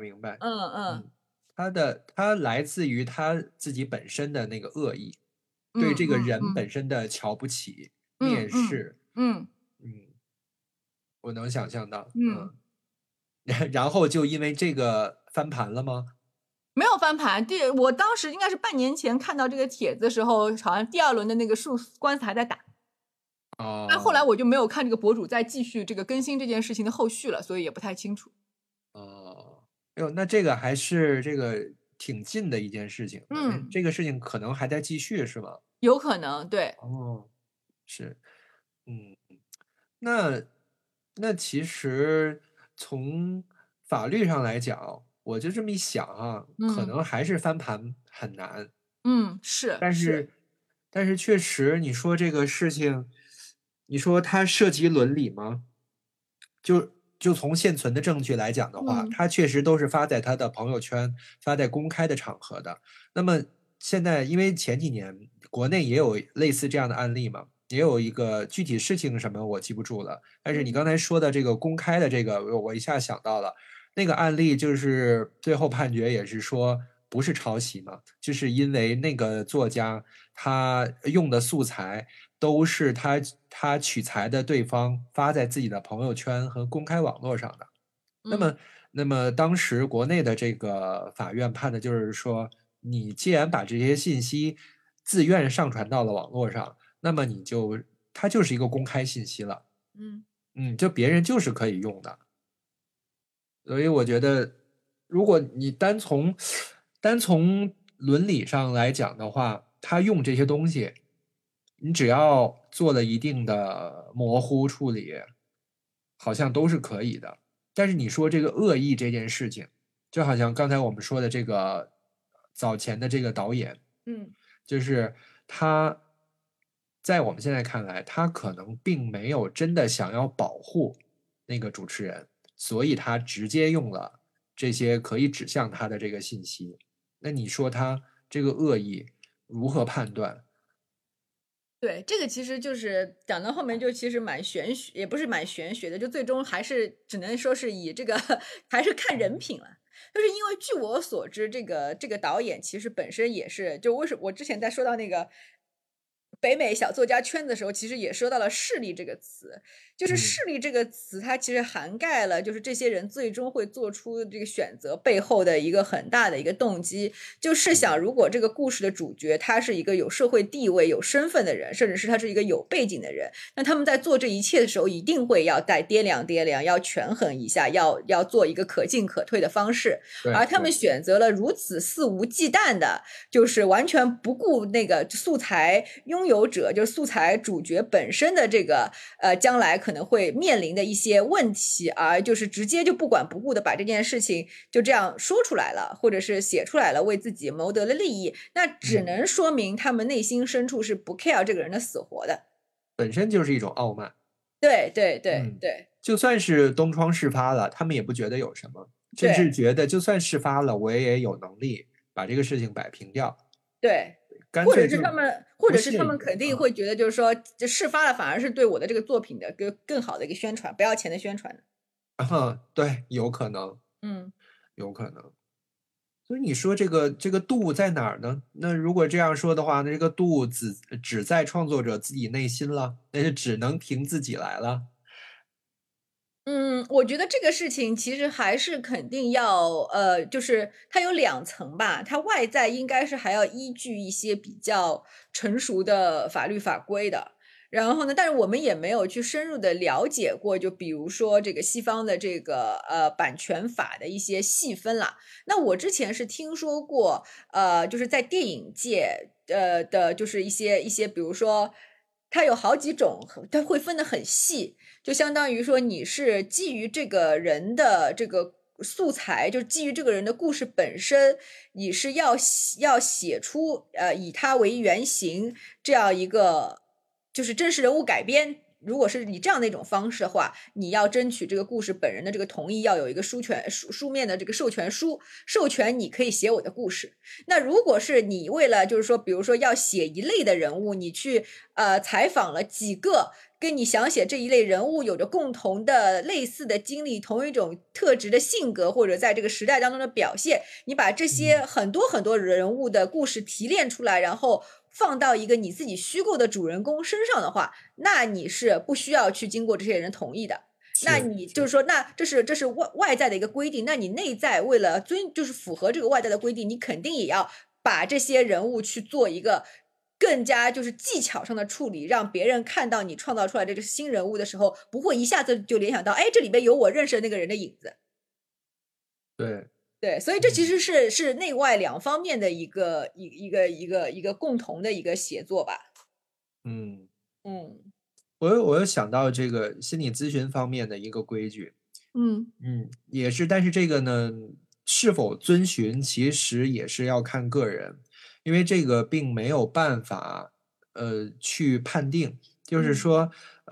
他来自于他自己本身的那个恶意，对这个人本身的瞧不起、蔑视。我能想象到。然后就因为这个翻盘了吗？ 没有翻盘，我当时应该是半年前看到这个帖子的时候，好像第二轮的那个官司还在打。但后来我就没有看这个博主再继续这个更新这件事情的后续了，所以也不太清楚。 那这个还是这个挺近的一件事情。这个事情可能还在继续是吗？ 有可能，对。 是。那其实从法律上来讲，我就这么一想啊，可能还是翻盘很难。 是。 但是确实，你说这个事情，你说它涉及伦理吗？就从现存的证据来讲的话，他确实都是发在他的朋友圈，发在公开的场合的。那么现在，因为前几年国内也有类似这样的案例嘛，也有一个具体事情什么我记不住了。但是你刚才说的这个公开的这个，我一下想到了那个案例，就是最后判决也是说不是抄袭嘛，就是因为那个作家他用的素材都是他取材的对方发在自己的朋友圈和公开网络上的。那么当时国内的这个法院判的就是说，你既然把这些信息自愿上传到了网络上，那么它就是一个公开信息了。就别人就是可以用的。所以我觉得，如果你单从伦理上来讲的话，他用这些东西，你只要做了一定的模糊处理，好像都是可以的。但是你说这个恶意这件事情，就好像刚才我们说的这个早前的这个导演，就是他在我们现在看来，他可能并没有真的想要保护那个主持人，所以他直接用了这些可以指向他的这个信息。那你说他这个恶意如何判断？ 对，这个其实就是讲到后面就其实蛮玄学，也不是蛮玄学的，就最终还是只能说是以这个还是看人品了。就是因为据我所知，这个导演其实本身也是，就为什么我之前在说到那个北美小作家圈子的时候，其实也说到了势力这个词。就是势力这个词，它其实涵盖了就是这些人最终会做出这个选择背后的一个很大的一个动机。就试想，如果这个故事的主角他是一个有社会地位、有身份的人，甚至是他是一个有背景的人，那他们在做这一切的时候，一定会要再掂量掂量，要权衡一下，要做一个可进可退的方式。而他们选择了如此肆无忌惮的，就是完全不顾那个素材拥有者，就是素材主角本身的这个将来可能会面临的一些问题，而就是直接就不管不顾的把这件事情就这样说出来了，或者是写出来了，为自己谋得了利益，那只能说明他们内心深处是不 care 这个人的死活的， 本身就是一种傲慢。 对对对对， 就算是东窗事发了，他们也不觉得有什么，甚至觉得就算事发了，我也有能力把这个事情摆平掉。 对。或者是他们，或者是他们肯定会觉得，就是说，这事发了，反而是对我的这个作品的更好的一个宣传，不要钱的宣传的。对，有可能，有可能。所以你说这个度在哪儿呢？那如果这样说的话，那这个度只在创作者自己内心了，那就只能凭自己来了。 我觉得这个事情其实还是肯定要，就是它有2层吧，它外在应该是还要依据一些比较成熟的法律法规的。然后呢，但是我们也没有去深入的了解过，就比如说这个西方的这个版权法的一些细分啦。那我之前是听说过，就是在电影界的就是一些，比如说它有好几种，它会分得很细。就相当于说你是基于这个人的这个素材，就是基于这个人的故事本身，你是要写出以他为原型这样一个就是真实人物改编。如果是以这样的一种方式的话，你要争取这个故事本人的这个同意，要有一个书面的这个授权书，授权你可以写我的故事。那如果是你为了就是说，比如说要写一类的人物，你去采访了几个跟你想写这一类人物有着共同的类似的经历，同一种特质的性格，或者在这个时代当中的表现，你把这些很多很多人物的故事提炼出来，然后放到一个你自己虚构的主人公身上的话，那你是不需要去经过这些人同意的。那你就是说，那这是外在的一个规定，那你内在为了就是符合这个外在的规定，你肯定也要把这些人物去做一个更加就是技巧上的处理，让别人看到你创造出来这个新人物的时候，不会一下子就联想到，哎，这里边有我认识的那个人的影子。 对对，所以这其实是内外2方面的一个共同的一个协作吧。 我又想到这个心理咨询方面的一个规矩，也是，但是这个呢，是否遵循其实也是要看个人，因为这个并没有办法去判定，就是说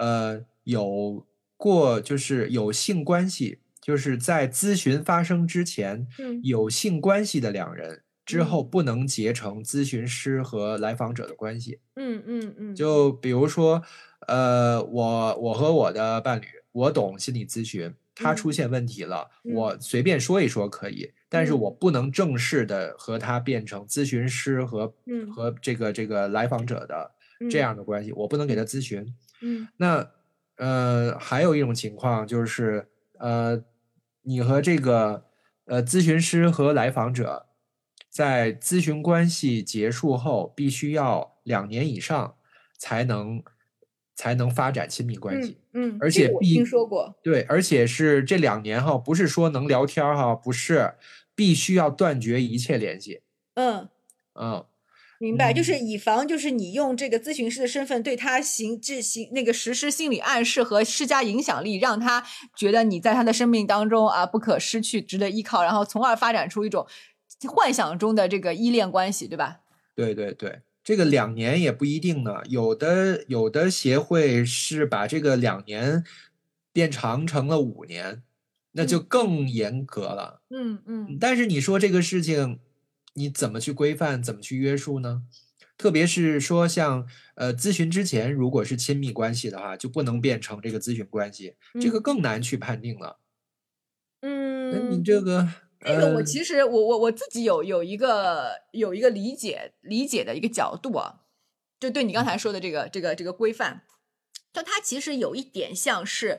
就是有性关系，就是在咨询发生之前，有性关系的2人之后不能结成咨询师和来访者的关系。就比如说，我和我的伴侣，我懂心理咨询，他出现问题了，我随便说一说可以，但是我不能正式的和他变成咨询师和这个来访者的这样的关系，我不能给他咨询。那还有一种情况就是，你和这个咨询师和来访者在咨询关系结束后，必须要2年以上才能发展亲密关系。而且我听说过。 对，而且是这2年哈，不是说能聊天哈，不是，必须要断绝一切联系。 明白，就是以防就是你用这个咨询师的身份对他那个实施心理暗示和施加影响力，让他觉得你在他的生命当中不可失去，值得依靠，然后从而发展出一种幻想中的这个依恋关系，对吧？ 对对对，这个2年也不一定呢，有的协会是把这个2年变长成了5年，那就更严格了。但是你说这个事情，你怎么去规范，怎么去约束呢？特别是说像咨询之前，如果是亲密关系的话，就不能变成这个咨询关系，这个更难去判定了。那你这个我其实我自己有一个理解的一个角度啊，就对你刚才说的这个规范，就它其实有一点像是，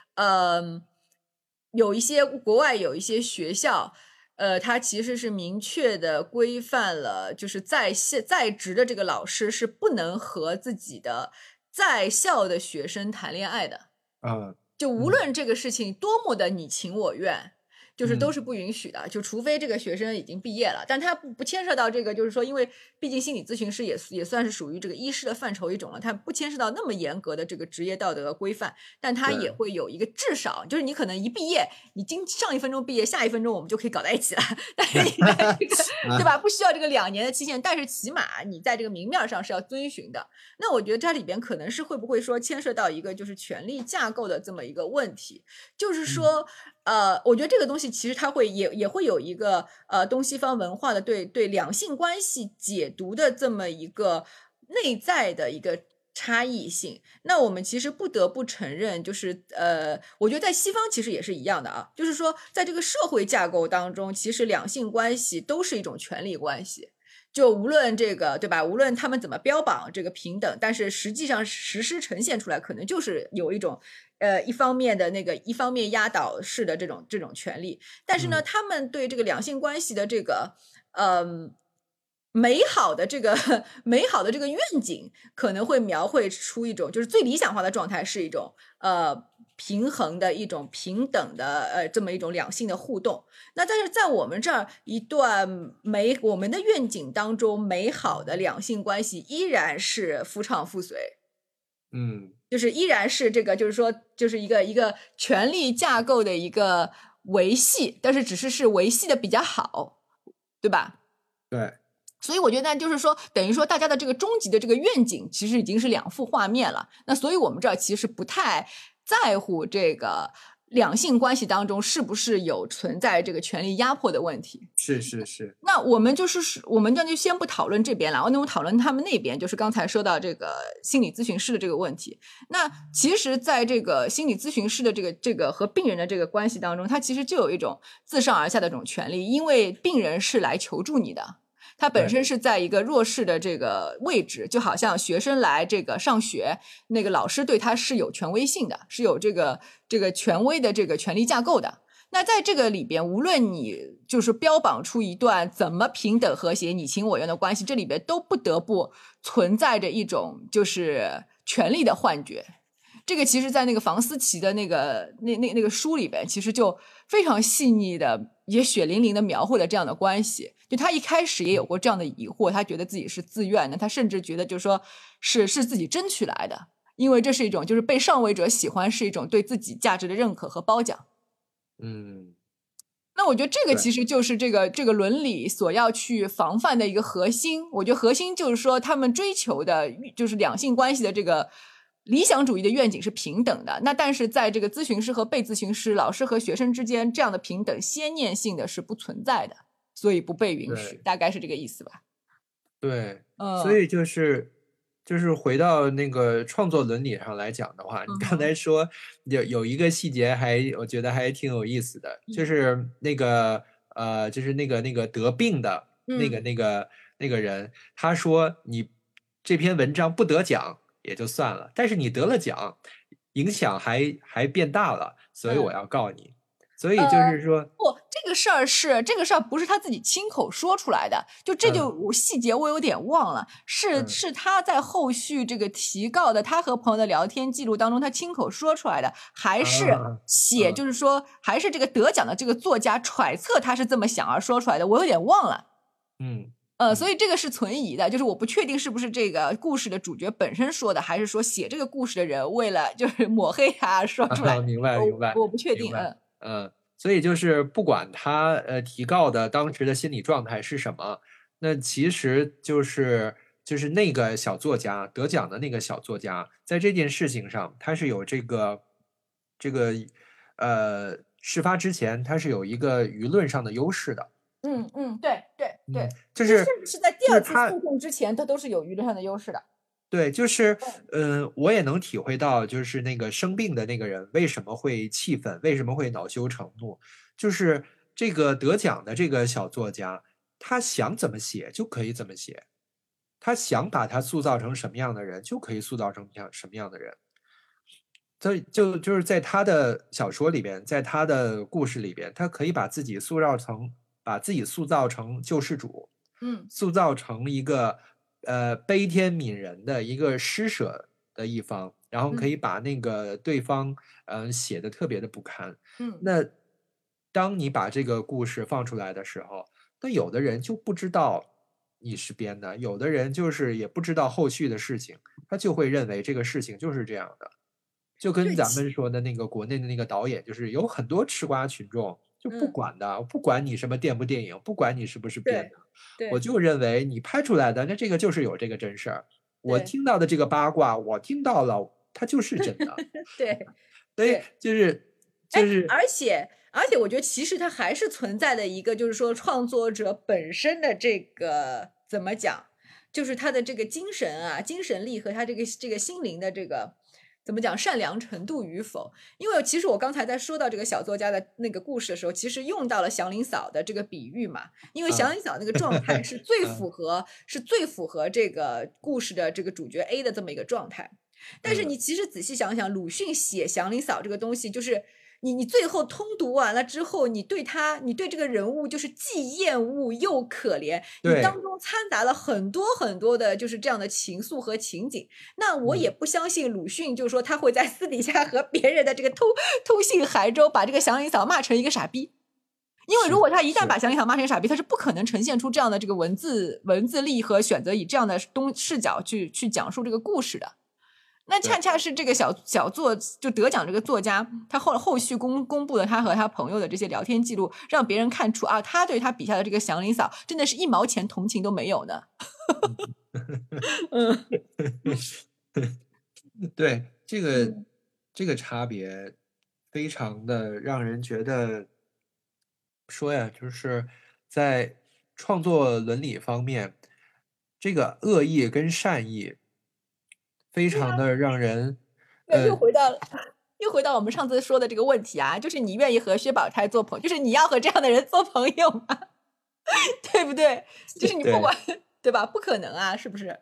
有一些国外有一些学校，它其实是明确的规范了，就是在职的这个老师是不能和自己的在校的学生谈恋爱的就无论这个事情多么的你情我愿。就是都是不允许的，就除非这个学生已经毕业了，但他不牵涉到这个，就是说，因为毕竟心理咨询师也算是属于这个医师的范畴一种了，他不牵涉到那么严格的这个职业道德规范，但他也会有一个至少，就是你可能一毕业，你上一分钟毕业，下一分钟我们就可以搞在一起了，但是你在这个对吧？不需要这个2年的期限，但是起码你在这个明面上是要遵循的。那我觉得这里边可能是会不会说牵涉到一个就是权力架构的这么一个问题，就是说。我觉得这个东西其实它会也会有一个东西方文化的对两性关系解读的这么一个内在的一个差异性。那我们其实不得不承认，就是我觉得在西方其实也是一样的啊，就是说在这个社会架构当中，其实两性关系都是一种权力关系。就无论这个对吧，无论他们怎么标榜这个平等，但是实际上实施呈现出来，可能就是有一种一方面压倒式的这种权利。但是呢，他们对这个两性关系的这个美好的这个愿景，可能会描绘出一种就是最理想化的状态，是一种平衡的一种平等的这么一种两性的互动。那但是在我们这儿一段我们的愿景当中，美好的两性关系依然是夫唱妇随，就是依然是这个，就是说就是一个权力架构的一个维系，但是只是维系的比较好，对吧？ 对。 所以我觉得就是说，等于说大家的这个终极的这个愿景其实已经是2幅画面了。那所以我们这儿其实不太在乎这个两性关系当中是不是有存在这个权力压迫的问题。 是。 那我们就先不讨论这边了，那我讨论他们那边，就是刚才说到这个心理咨询师的这个问题。那其实在这个心理咨询师的这个和病人的这个关系当中，他其实就有一种自上而下的这种权利，因为病人是来求助你的。他本身是在一个弱势的这个位置，就好像学生来这个上学，那个老师对他是有权威性的，是有这个权威的这个权力架构的。那在这个里边，无论你就是标榜出一段怎么平等和谐、你情我愿的关系，这里边都不得不存在着一种就是权力的幻觉。这个其实在那个房思琪的那个书里边，其实就非常细腻的也血淋淋的描绘了这样的关系。就他一开始也有过这样的疑惑，他觉得自己是自愿的，他甚至觉得就是说是自己争取来的，因为这是一种就是被上位者喜欢，是一种对自己价值的认可和褒奖。那我觉得这个其实就是这个伦理所要去防范的一个核心。我觉得核心就是说他们追求的就是两性关系的这个理想主义的愿景是平等的，那但是在这个咨询师和被咨询师、老师和学生之间，这样的平等先念性的是不存在的，所以不被允许，大概是这个意思吧。 对，所以就是回到那个创作伦理上来讲的话，你刚才说有一个细节我觉得还挺有意思的，就是那个就是那个得病的那个人，他说你这篇文章不得奖也就算了，但是你得了奖，影响还变大了，所以我要告你。所以就是说， 不，这个事儿不是他自己亲口说出来的，就细节我有点忘了，是他在后续这个提告的，他和朋友的聊天记录当中，他亲口说出来的，还是就是说，还是这个得奖的这个作家揣测他是这么想而说出来的，我有点忘了。 所以这个是存疑的，就是我不确定是不是这个故事的主角本身说的，还是说写这个故事的人为了就是抹黑他说出来。 明白， 我不确定。 所以就是不管他提告的当时的心理状态是什么，那其实就是那个小作家得奖的那个小作家，在这件事情上他是有这个事发之前他是有一个舆论上的优势的。 对， 就是甚至是在第二次诉讼之前，他都是有舆论上的优势的。 对，就是我也能体会到，就是那个生病的那个人为什么会气愤，为什么会恼羞成怒，就是这个得奖的这个小作家，他想怎么写就可以怎么写，他想把他塑造成什么样的人，就可以塑造成什么样的人。就是在他的小说里边，在他的故事里边，他可以把自己塑造成救世主，塑造成一个悲天悯人的一个施舍的一方，然后可以把那个对方写的特别的不堪。那当你把这个故事放出来的时候，那有的人就不知道你是编的，有的人就是也不知道后续的事情，他就会认为这个事情就是这样的。就跟咱们说的那个国内的那个导演，就是有很多吃瓜群众就不管的，不管你什么电不电影，不管你是不是编的，我就认为你拍出来的那这个就是有这个真事儿。我听到的这个八卦，我听到了，它就是真的。所以就是而且我觉得其实它还是存在的一个，就是说创作者本身的这个怎么讲，就是他的这个精神力和他这个心灵的这个怎么讲善良程度与否。因为其实我刚才在说到这个小作家的那个故事的时候，其实用到了祥林嫂的这个比喻嘛，因为祥林嫂那个状态是最符合这个故事的这个主角 A 的这么一个状态。但是你其实仔细想想，鲁迅写祥林嫂这个东西，就是你最后通读完了之后，你对这个人物就是既厌恶又可怜，你当中掺杂了很多很多的就是这样的情愫和情景。那我也不相信鲁迅就是说他会在私底下和别人的这个通信海州把这个祥林嫂骂成一个傻逼。因为如果他一旦把祥林嫂骂成傻逼，他是不可能呈现出这样的这个文字力和选择以这样的视角去讲述这个故事的。那恰恰是这个小作就得奖这个作家，他后续公布了他和他朋友的这些聊天记录，让别人看出啊，他对他笔下的这个祥林嫂真的是一毛钱同情都没有呢。 对，这个差别非常的让人觉得说呀，就是在创作伦理方面，这个恶意跟善意非常的让人又回到我们上次说的这个问题啊，就是你愿意和薛宝钗做朋友，就是你要和这样的人做朋友吗？对不对？就是你不管 对吧？不可能啊，是不是？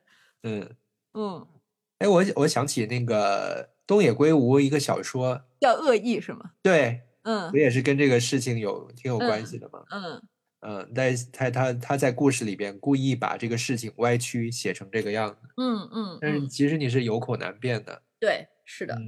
哎，我想起那个东野圭吾一个小说叫《恶意》是吗？ 对，不也是跟这个事情挺有关系的吗？但他在故事里边故意把这个事情歪曲写成这个样子。但是其实你是有口难辩的。 对，是的。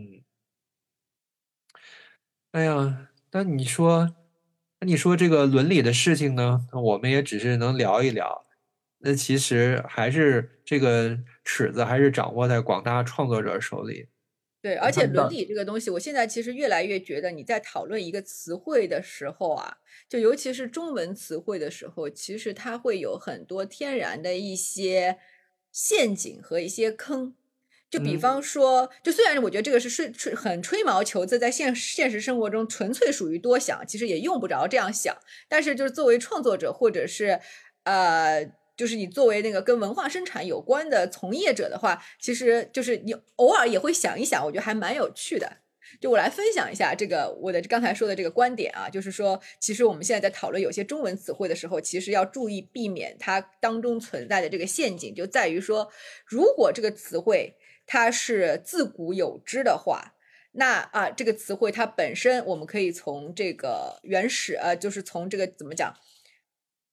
哎呀，那你说这个伦理的事情呢？我们也只是能聊一聊。那其实还是这个尺子还是掌握在广大创作者手里。 对，而且伦理这个东西，我现在其实越来越觉得，你在讨论一个词汇的时候啊，就尤其是中文词汇的时候，其实它会有很多天然的一些陷阱和一些坑。就比方说，就虽然我觉得这个是很吹毛求疵，在现实生活中纯粹属于多想，其实也用不着这样想。但是就是作为创作者，或者是就是你作为那个跟文化生产有关的从业者的话，其实就是你偶尔也会想一想，我觉得还蛮有趣的。就我来分享一下这个我的刚才说的这个观点啊，就是说，其实我们现在在讨论有些中文词汇的时候，其实要注意避免它当中存在的这个陷阱，就在于说，如果这个词汇它是自古有之的话，那这个词汇它本身我们可以从这个原始就是从这个怎么讲？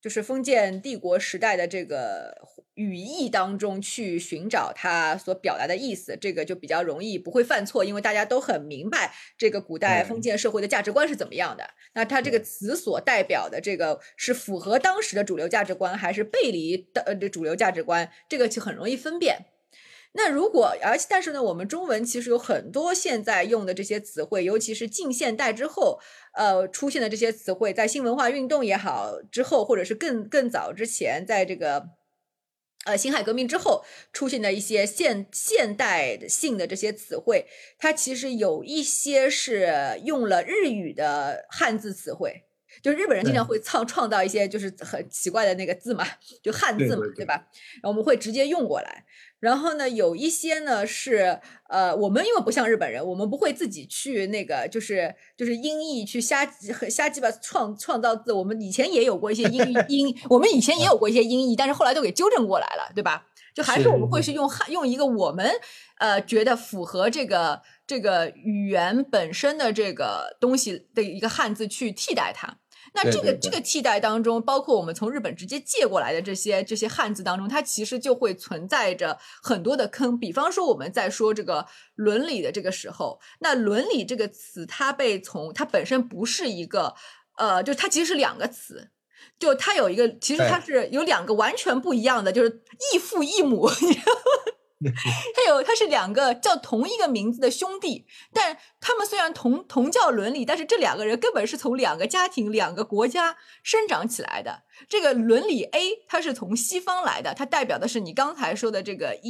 就是封建帝国时代的这个语义当中去寻找它所表达的意思，这个就比较容易不会犯错，因为大家都很明白这个古代封建社会的价值观是怎么样的。那它这个词所代表的这个是符合当时的主流价值观，还是背离的主流价值观，这个就很容易分辨。那但是呢，我们中文其实有很多现在用的这些词汇，尤其是近现代之后，出现的这些词汇，在新文化运动也好之后，或者是更早之前，在这个辛亥革命之后出现的一些现代性的这些词汇，它其实有一些是用了日语的汉字词汇。就日本人经常会创造一些就是很奇怪的那个字嘛，就汉字嘛， 对吧？然后我们会直接用过来。然后呢，有一些呢是我们因为不像日本人，我们不会自己去那个就是音译去瞎鸡巴创造字。我们以前也有过一些我们以前也有过一些音译，但是后来都给纠正过来了，对吧？就还是我们会是用一个我们觉得符合这个语言本身的这个东西的一个汉字去替代它。那这个替代当中，包括我们从日本直接借过来的这些汉字当中，它其实就会存在着很多的坑。比方说我们在说这个伦理的这个时候，那伦理这个词它本身不是一个就它其实是两个词。就它有一个，其实它是有两个完全不一样的，就是异父异母，你知道吗？它是两个叫同一个名字的兄弟，但他们虽然同叫伦理，但是这两个人根本是从两个家庭、两个国家生长起来的。这个伦理 A 它是从西方来的，它代表的是你刚才说的这个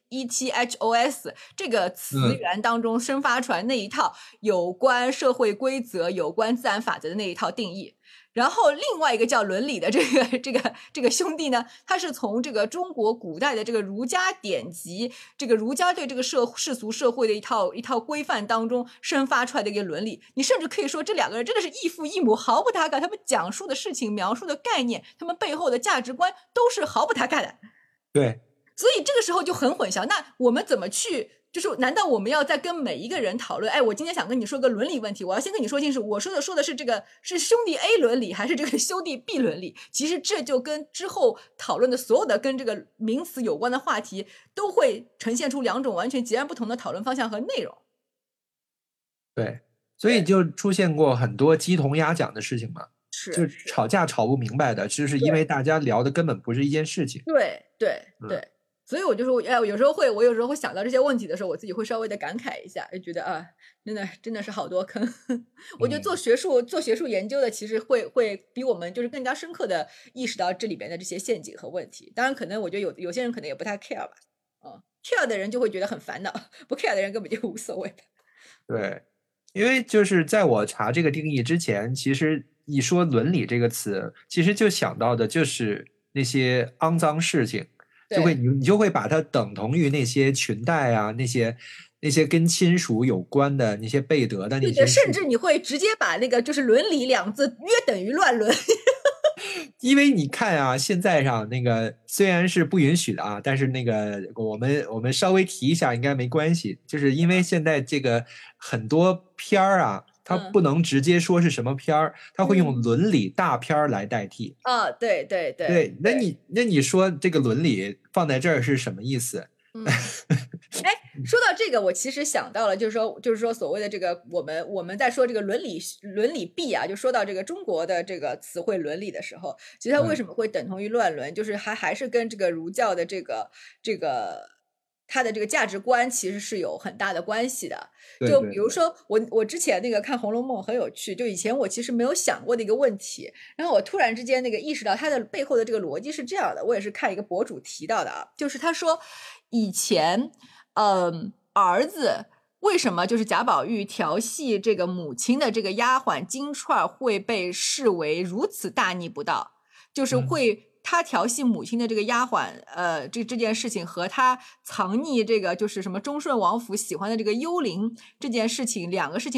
ethos 这个词源当中生发出来那一套有关社会规则、有关自然法则的那一套定义。然后另外一个叫伦理的这个兄弟呢，他是从这个中国古代的这个儒家典籍，这个儒家对这个世俗社会的一套规范当中生发出来的一个伦理。你甚至可以说这两个人真的是异父异母，毫不搭嘎，他们讲述的事情、描述的概念，他们背后的价值观都是毫不搭嘎的。 对， 所以这个时候就很混淆。那我们怎么去？就是难道我们要再跟每一个人讨论？哎，我今天想跟你说个伦理问题，我要先跟你说清楚，我说的是这个是兄弟 A 伦理还是这个兄弟 B 伦理？其实这就跟之后讨论的所有的跟这个名词有关的话题，都会呈现出两种完全截然不同的讨论方向和内容。 对，所以就出现过很多鸡同鸭讲的事情嘛， 是就吵架吵不明白的，就是因为大家聊的根本不是一件事情。 对。所以我就说，我有时候会想到这些问题的时候，我自己会稍微的感慨一下，就觉得啊，真的是好多坑。我觉得做学术研究的，其实会比我们就是更加深刻的意识到这里边的这些陷阱和问题。当然，可能我觉得有些人可能也不太 care 吧，care 的人就会觉得很烦恼，不 care 的人根本就无所谓。 对，因为就是在我查这个定义之前，其实一说伦理这个词，其实就想到的就是那些肮脏事情。你就会把它等同于那些裙带啊，那些跟亲属有关的那些背德的那些， 对，甚至你会直接把那个就是伦理两字约等于乱伦。 因为你看啊，现在上那个虽然是不允许的啊，但是那个我们稍微提一下应该没关系，就是因为现在这个很多片儿啊。他不能直接说是什么片儿，他会用伦理大片儿来代替。 对， 那你说这个伦理放在这儿是什么意思？ 说到这个，我其实想到了，就是说所谓的这个我们在说这个伦理弊啊，就说到这个中国的这个词汇伦理的时候，其实它为什么会等同于乱伦，就是还是跟这个儒教的这个它的这个价值观其实是有很大的关系的。就比如说我之前那个看《红楼梦》很有趣，就以前我其实没有想过的一个问题，然后我突然之间那个意识到它的背后的这个逻辑是这样的，我也是看一个博主提到的啊，就是他说以前儿子为什么就是贾宝玉调戏这个母亲的这个丫鬟金钏会被视为如此大逆不道，就是会他调戏母亲的这个丫鬟，这件事情和他藏匿这个就是什么忠顺王府喜欢的这个幽灵这件事情，两个事情会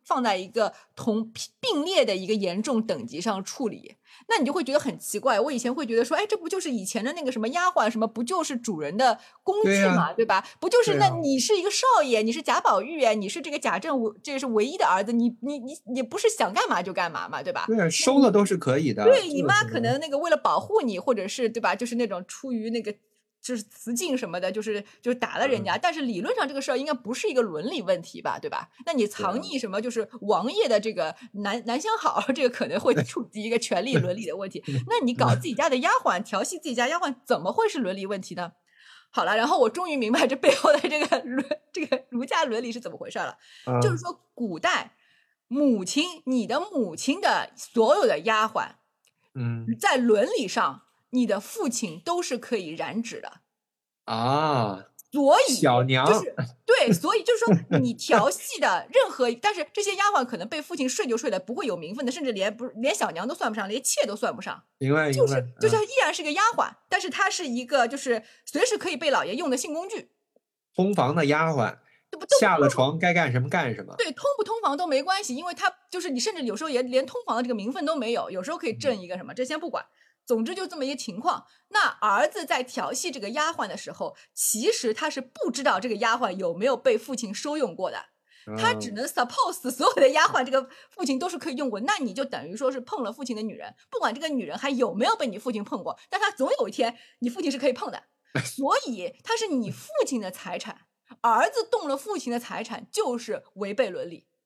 放在一个并列的一个严重等级上处理。那你就会觉得很奇怪，我以前会觉得说，哎，这不就是以前的那个什么丫鬟什么，不就是主人的工具嘛，对吧？不就是？那你是一个少爷，你是贾宝玉，你是这个贾政，这是唯一的儿子，你不是想干嘛就干嘛嘛，对吧？ 对，收了都是可以的。 对，你妈可能那个为了保护你，或者是对吧？就是那种出于那个。就是雌竞什么的，就是打了人家，但是理论上这个事儿应该不是一个伦理问题吧，对吧？那你藏匿什么，就是王爷的这个南相好，这个可能会触及一个权利伦理的问题。那你搞自己家的丫鬟，调戏自己家丫鬟，怎么会是伦理问题呢？好了，然后我终于明白这背后的这个儒家伦理是怎么回事了。就是说，古代你的母亲的所有的丫鬟，在伦理上。你的父亲都是可以染指的啊， 所以小娘就是对，所以就是说你调戏的任何，但是这些丫鬟可能被父亲睡就睡了，不会有名分的，甚至连小娘都算不上，连妾都算不上，就是依然是个丫鬟，但是她是一个就是随时可以被老爷用的性工具， 通房的丫鬟。下了床该干什么干什么。 对，通不通房都没关系，因为他就是你，甚至有时候也连通房的这个名分都没有，有时候可以挣一个什么，这先不管。总之就这么一个情况。那儿子在调戏这个丫鬟的时候，其实他是不知道这个丫鬟有没有被父亲收用过的，他只能 suppose 所有的丫鬟这个父亲都是可以用过。那你就等于说是碰了父亲的女人，不管这个女人还有没有被你父亲碰过，但他总有一天你父亲是可以碰的，所以他是你父亲的财产。儿子动了父亲的财产，就是违背伦理。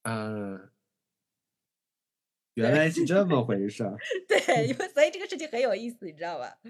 原来是这么回事。 对，所以这个事情很有意思，你知道吧？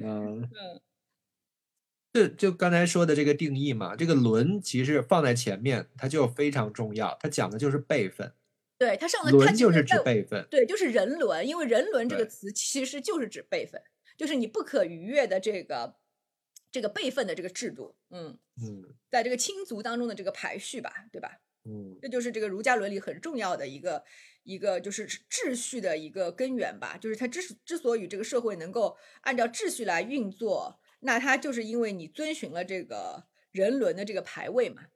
就刚才说的这个定义嘛，这个伦其实放在前面，它就非常重要，它讲的就是辈分。 对，它上了伦就是指辈分。 对，就是人伦，因为人伦这个词其实就是指辈分，就是你不可逾越的这个辈分的这个制度。在这个亲族当中的这个排序吧，对吧？这就是这个儒家伦理很重要的一个就是秩序的一个根源吧。就是它之所以这个社会能够按照秩序来运作，那它就是因为你遵循了这个人伦的这个排位嘛。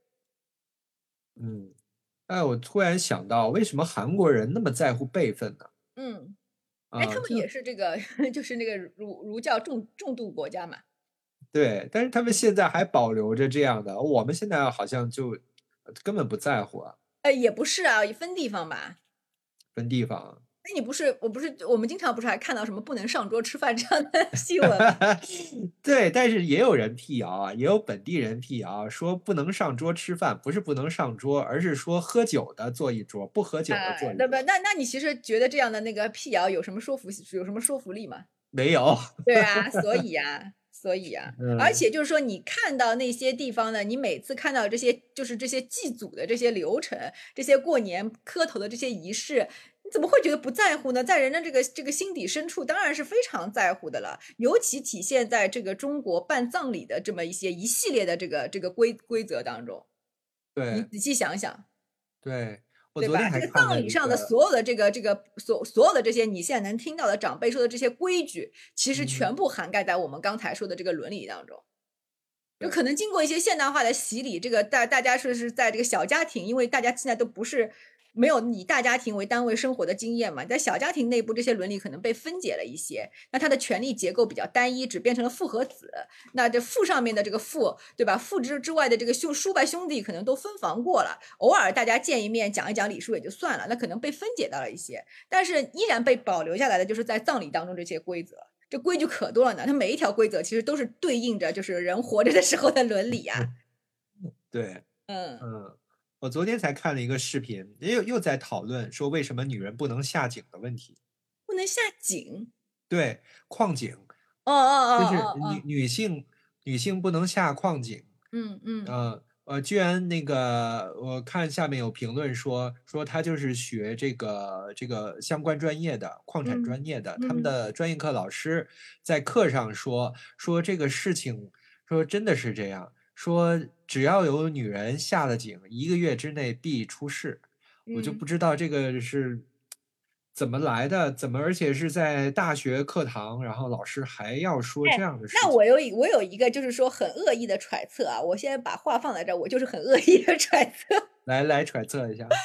我突然想到，为什么韩国人那么在乎辈分呢？ 他们也是这个就是那个儒教重度国家嘛。 对，但是他们现在还保留着这样的，我们现在好像就根本不在乎啊。 也不是啊，分地方吧。 分地方。 那你我们经常不是还看到什么不能上桌吃饭这样的新闻吗？ 对，但是也有人辟谣啊，也有本地人辟谣说不能上桌吃饭，不是不能上桌，而是说喝酒的坐一桌，不喝酒的坐一桌。 那你其实觉得这样的那个辟谣有什么说服力吗？ 没有。 对啊，所以啊，而且就是说，你看到那些地方呢，你每次看到这些祭祖的这些流程，这些过年磕头的这些仪式，你怎么会觉得不在乎呢？在人的这个心底深处，当然是非常在乎的了。尤其体现在这个中国办葬礼的这么一系列的这个规则当中。 对， 你仔细想想。 对。 对吧？这个葬礼上的所有的所有的这些你现在能听到的长辈说的这些规矩，其实全部涵盖在我们刚才说的这个伦理当中。有可能经过一些现代化的洗礼，这个大家说是在这个小家庭，因为大家现在都不是没有以大家庭为单位生活的经验嘛，在小家庭内部这些伦理可能被分解了一些，那它的权力结构比较单一，只变成了父和子。那这父上面的这个父，对吧？父之外的这个叔伯兄弟可能都分房过了，偶尔大家见一面讲一讲礼数也就算了，那可能被分解到了一些，但是依然被保留下来的就是在葬礼当中这些规则。这规矩可多了呢，它每一条规则其实都是对应着就是人活着的时候的伦理啊。 对，我昨天才看了一个视频，又在讨论说为什么女人不能下井的问题。 不能下井？ 对，矿井。就是女性不能下矿井。居然那个我看下面有评论说他就是学这个相关专业的矿产专业的，他们的专业课老师在课上说这个事情，说真的是这样，说只要有女人下了井，1个月之内必出事。我就不知道这个是怎么来的，而且是在大学课堂，然后老师还要说这样的事情。 那我有一个就是说很恶意的揣测啊，我先把话放在这儿，我就是很恶意的揣测。 来揣测一下。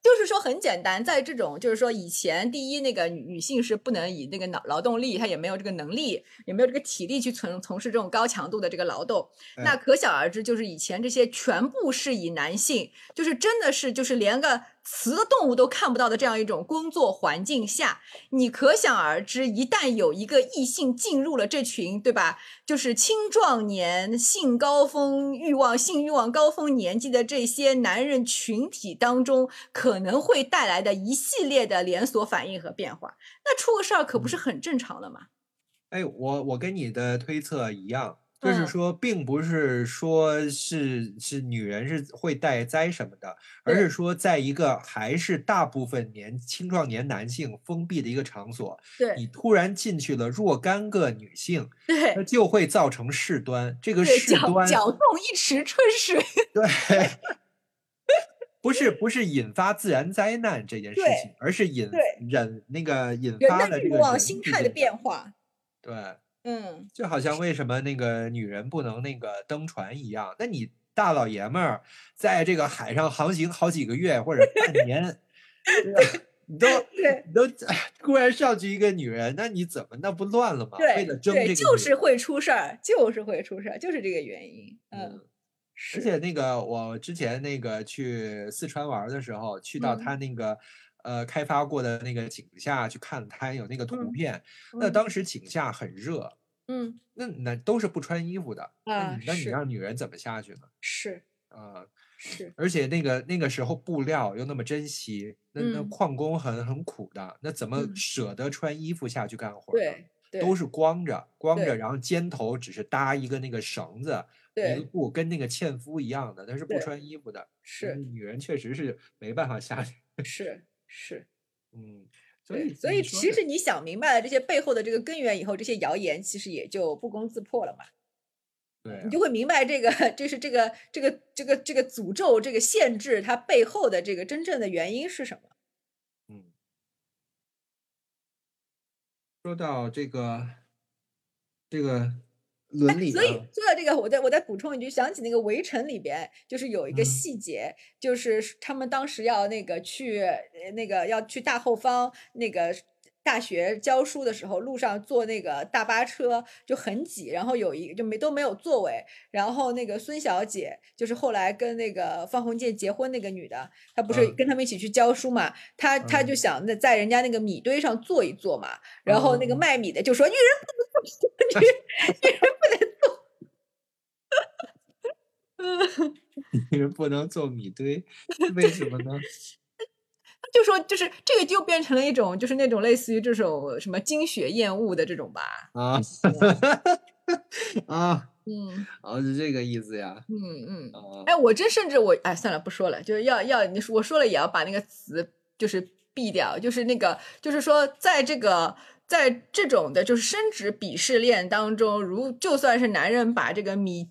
就是说很简单，在这种就是说以前，第一那个女性是不能以那个劳动力，她也没有这个能力，也没有这个体力去从事这种高强度的这个劳动。那可想而知，就是以前这些全部是以男性，就是真的是就是连个雌的动物都看不到的这样一种工作环境下，你可想而知，一旦有一个异性进入了这群，对吧？就是青壮年性高峰性欲望高峰年纪的这些男人群体当中，可能会带来的一系列的连锁反应和变化，那出个事儿可不是很正常的嘛？ 哎，我跟你的推测一样，就是说，并不是说是女人是会带灾什么的，而是说，在一个还是大部分青壮年男性封闭的一个场所，你突然进去了若干个女性，那就会造成事端。这个事端， 搅动一池春水。 对。不是引发自然灾难这件事情，而是引发了这个人心态的变化。 对，就好像为什么那个女人不能那个登船一样，那你大老爷们儿在这个海上航行好几个月或者半年，你都突然上去一个女人，那你怎么那不乱了吗？为了争这个， 就是会出事儿，就是这个原因。 而且那个我之前那个去四川玩的时候，去到他那个开发过的那个井下去看，他有那个图片。那当时井下很热，那都是不穿衣服的。那你让女人怎么下去呢？ 是而且那个时候布料又那么珍惜，那矿工很苦的，那怎么舍得穿衣服下去干活呢？都是光着，然后肩头只是搭一个那个绳子。一个布跟那个纤夫一样的，但是不穿衣服的。女人确实是没办法下去。 是， 所以其实你想明白了这些背后的这个根源以后，这些谣言其实也就不攻自破了嘛。 对， 你就会明白这个就是这个诅咒这个限制它背后的这个真正的原因是什么。 说到这个伦理， 所以说到这个，我再补充一句，想起那个《围城》里边，就是有一个细节，就是他们当时要要去大后方那个大学教书的时候，路上坐那个大巴车就很挤，然后都没有座位，然后那个孙小姐就是后来跟那个方鸿渐结婚那个女的，她不是跟他们一起去教书嘛，她就想在人家那个米堆上坐一坐嘛，然后那个卖米的就说女人不能坐，女人不能坐。 女人不能做米堆，为什么呢？ 就说就是这个就变成了一种就是那种类似于这种什么精血厌恶的这种吧。 是这个意思呀。 哎，我真甚至算了不说了，就是我说了也要把那个词就是避掉，就是那个就是说在这种的就是生殖鄙视链当中，就算是男人把这个米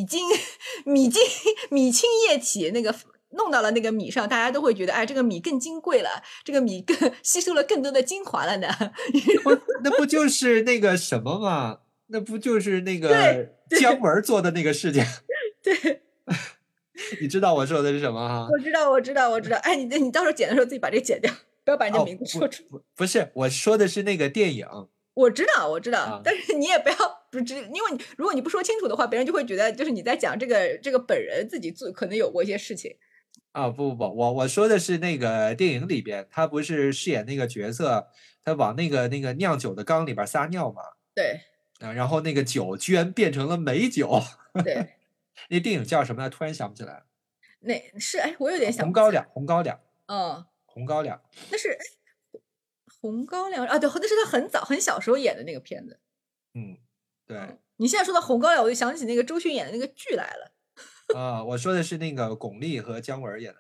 氢液体那个弄到了那个米上，大家都会觉得哎，这个米更金贵了，这个米更吸收了更多的精华了呢。 那不就是那个什么吗？那不就是那个姜文做的那个事情？ 对。 你知道我说的是什么哈？ 我知道。哎，你到时候剪的时候自己把这剪掉，不要把人家名字说出来。 不是，我说的是那个电影。 我知道，但是你也不要因为如果你不说清楚的话，别人就会觉得就是你在讲这个本人自己可能有过一些事情。 不，我说的是那个电影里边，他不是饰演那个角色，他往那个酿酒的缸里边撒尿嘛？ 对。 然后那个酒居然变成了美酒。 对。 那电影叫什么？突然想不起来。 那是我有点想。 红高粱。红高粱。 那是红高粱啊，对，那是他很小时候演的那个片子。 对。 你现在说到红高粱，我就想起那个周迅演的那个剧来了。 我说的是那个巩俐和姜文演的。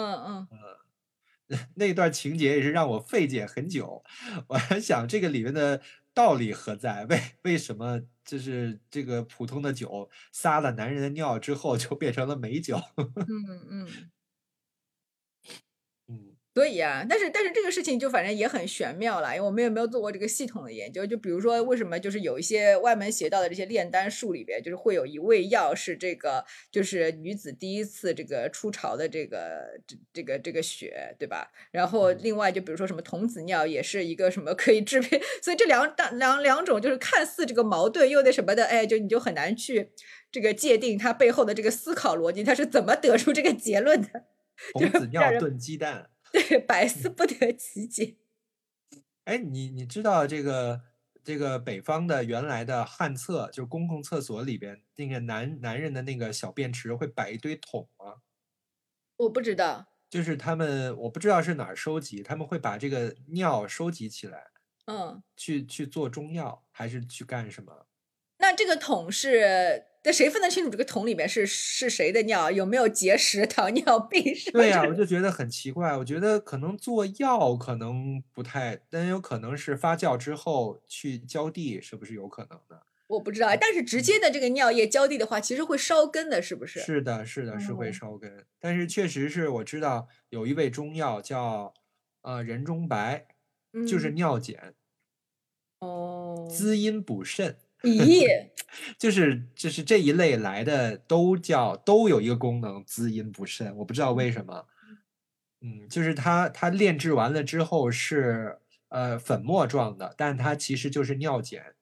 那段情节也是让我费解很久，我还想这个里面的道理何在？为什么就是这个普通的酒撒了男人的尿之后就变成了美酒？ 所以啊，但是这个事情就反正也很玄妙了，因为我们也没有做过这个系统的研究。就比如说，为什么就是有一些歪门邪道的这些炼丹术里边，就是会有一味药是这个，就是女子第一次这个出潮的这个血，对吧？然后另外就比如说什么童子尿也是一个什么可以治病，所以这两种就是看似这个矛盾又那什么的，哎，就你就很难去这个界定它背后的这个思考逻辑，它是怎么得出这个结论的？ 童子尿炖鸡蛋。 对，百思不得其解。 哎，你知道这个北方的原来的旱厕，就公共厕所里边那个男人的那个小便池会摆一堆桶吗？ 我不知道。 就是他们我不知道是哪儿收集，他们会把这个尿收集起来，去做中药，还是去干什么？ 那这个桶是，那谁分得清楚这个桶里面是谁的尿？有没有结石、糖尿病？ 对呀，我就觉得很奇怪。我觉得可能做药可能不太，但有可能是发酵之后去浇地，是不是有可能的？ 我不知道，但是直接的这个尿液浇地的话，其实会烧根的，是不是？ 是的，是的，是会烧根。但是确实是我知道有一味中药叫人中白，就是尿碱。 哦， 滋阴补肾。 咦， 就是这一类来的都有一个功能，滋阴补肾。我不知道为什么。就是它炼制完了之后是粉末状的，但它其实就是尿碱。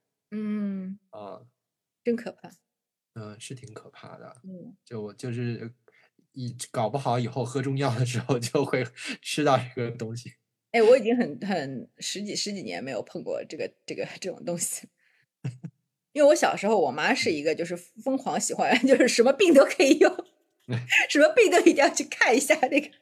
真可怕。 是挺可怕的。就是搞不好以后喝中药的时候就会吃到这个东西。 哎，我已经很十几年没有碰过这种东西。因为我小时候，我妈是一个就是疯狂喜欢，就是什么病都可以用，什么病都一定要去看一下那个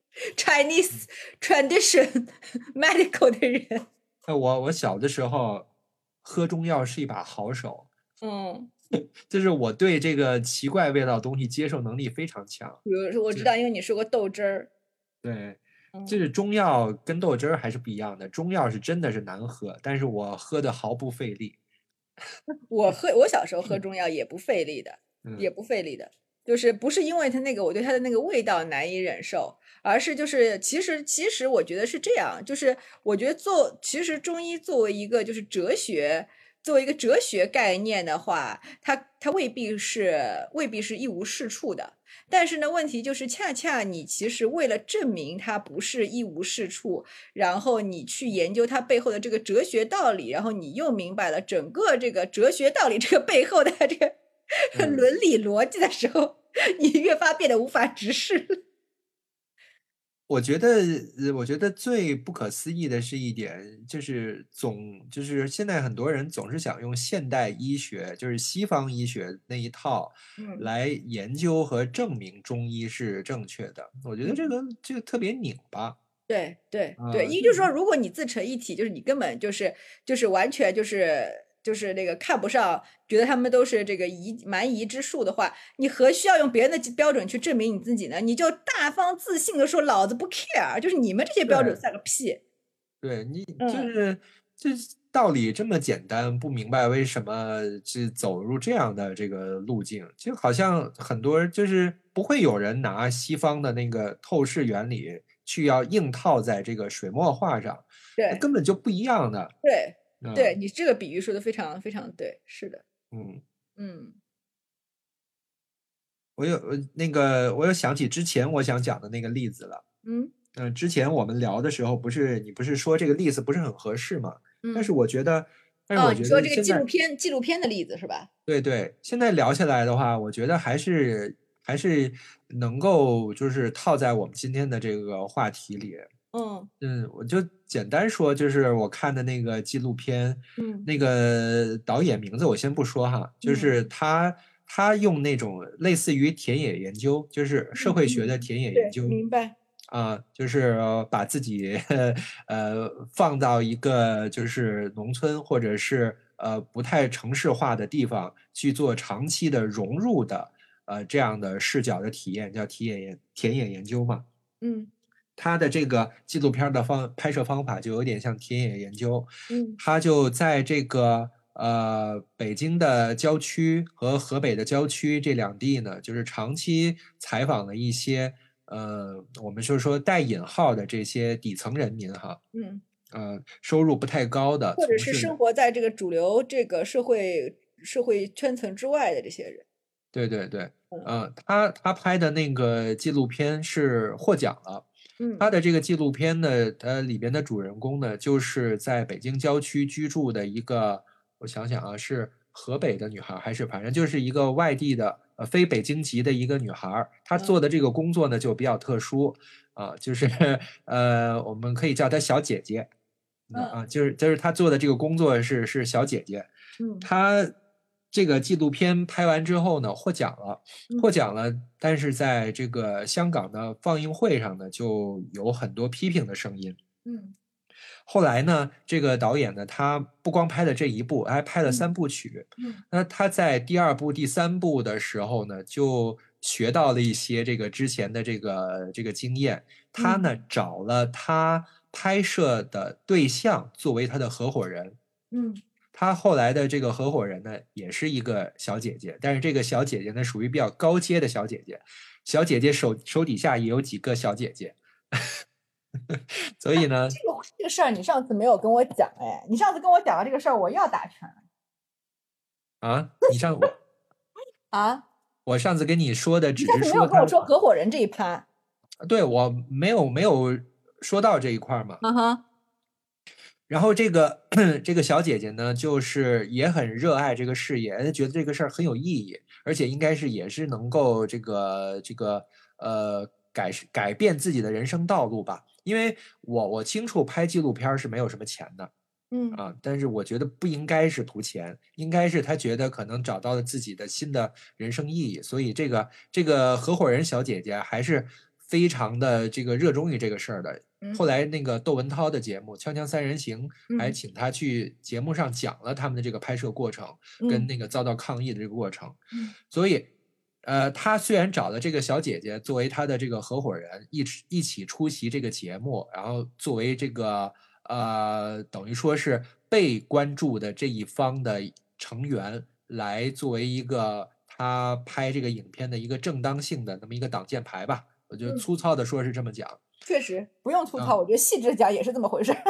Chinese tradition medical 的人。 我小的时候喝中药是一把好手。就是我对这个奇怪味道的东西接受能力非常强。 比如说，我知道，因为你说过豆汁儿。 对，就是中药跟豆汁儿还是不一样的。中药是真的是难喝，但是我喝的毫不费力。 我小时候喝中药也不费力的，也不费力的，就是不是因为它那个我对它的那个味道难以忍受，而是就是其实我觉得是这样，就是我觉得其实中医作为一个就是哲学。作为一个哲学概念的话，它未必是一无是处的。但是呢，问题就是恰恰你其实为了证明它不是一无是处，然后你去研究它背后的这个哲学道理，然后你又明白了整个这个哲学道理这个背后的这个伦理逻辑的时候，你越发变得无法直视。 我觉得最不可思议的是一点，就是现在很多人总是想用现代医学，就是西方医学那一套，来研究和证明中医是正确的。我觉得这个特别拧巴。 对，因为就是说，如果你自成一体，就是你根本就是完全就是那个看不上，觉得他们都是这个蛮夷之术的话，你何需要用别人的标准去证明你自己呢？你就大方自信的说，老子不 care，就是你们这些标准算个屁。 对你这道理这么简单，不明白为什么是走入这样的这个路径，就好像很多就是不会有人拿西方的那个透视原理去要硬套在这个水墨画上，那根本就不一样的。 对，你这个比喻说的非常非常对，是的。 我有想起之前我想讲的那个例子了。之前我们聊的时候，你不是说这个例子不是很合适吗？但是我觉得你说这个纪录片的例子是吧？ 对，现在聊下来的话，我觉得还是能够就是套在我们今天的这个话题里。我就简单说，就是我看的那个纪录片，那个导演名字我先不说哈，就是他用那种类似于田野研究，就是社会学的田野研究。 明白。 就是把自己放到一个就是农村或者是不太城市化的地方去做长期的融入的这样的视角的体验，叫田野研究嘛。他的这个纪录片的拍摄方法就有点像田野研究。他就在这个北京的郊区和河北的郊区这两地呢，就是长期采访了一些我们就说带引号的这些底层人民哈，收入不太高的， 或者是生活在这个主流这个社会圈层之外的这些人。 对对对，他拍的那个纪录片是获奖了。他的这个纪录片呢，里边的主人公呢，就是在北京郊区居住的一个，我想想啊，是河北的女孩，还是反正就是一个外地的非北京籍的一个女孩。她做的这个工作呢就比较特殊啊，就是我们可以叫她小姐姐。就是她做的这个工作是小姐姐。她这个纪录片拍完之后呢，获奖了，但是在这个香港的放映会上呢，就有很多批评的声音。后来呢，这个导演呢，他不光拍了这一部，还拍了3部曲。那他在第2部、第3部的时候呢，就学到了一些这个之前的这个经验。他呢，找了他拍摄的对象作为他的合伙人。他后来的这个合伙人呢，也是一个小姐姐，但是这个小姐姐呢，属于比较高阶的小姐姐。小姐姐手底下也有几个小姐姐，所以呢， 这个事儿你上次没有跟我讲，哎，你上次跟我讲了这个事儿，我又要打拳啊！我上次跟你说的只是说没有跟我说合伙人这一趴。 对，我没有说到这一块嘛。然后这个小姐姐呢，就是也很热爱这个事业，她觉得这个事儿很有意义，而且应该是也是能够改变自己的人生道路吧。因为我清楚拍纪录片是没有什么钱的，但是我觉得不应该是图钱，应该是她觉得可能找到了自己的新的人生意义，所以这个合伙人小姐姐还是非常的这个热衷于这个事儿的。后来那个窦文涛的节目《锵锵三人行》还请他去节目上讲了他们的这个拍摄过程，跟那个遭到抗议的这个过程。所以他虽然找了这个小姐姐作为他的这个合伙人，一起出席这个节目，然后作为这个等于说是被关注的这一方的成员，来作为一个他拍这个影片的一个正当性的那么一个挡箭牌吧。我觉得粗糙的说是这么讲。 确实不用粗糙，我觉得细致讲也是这么回事。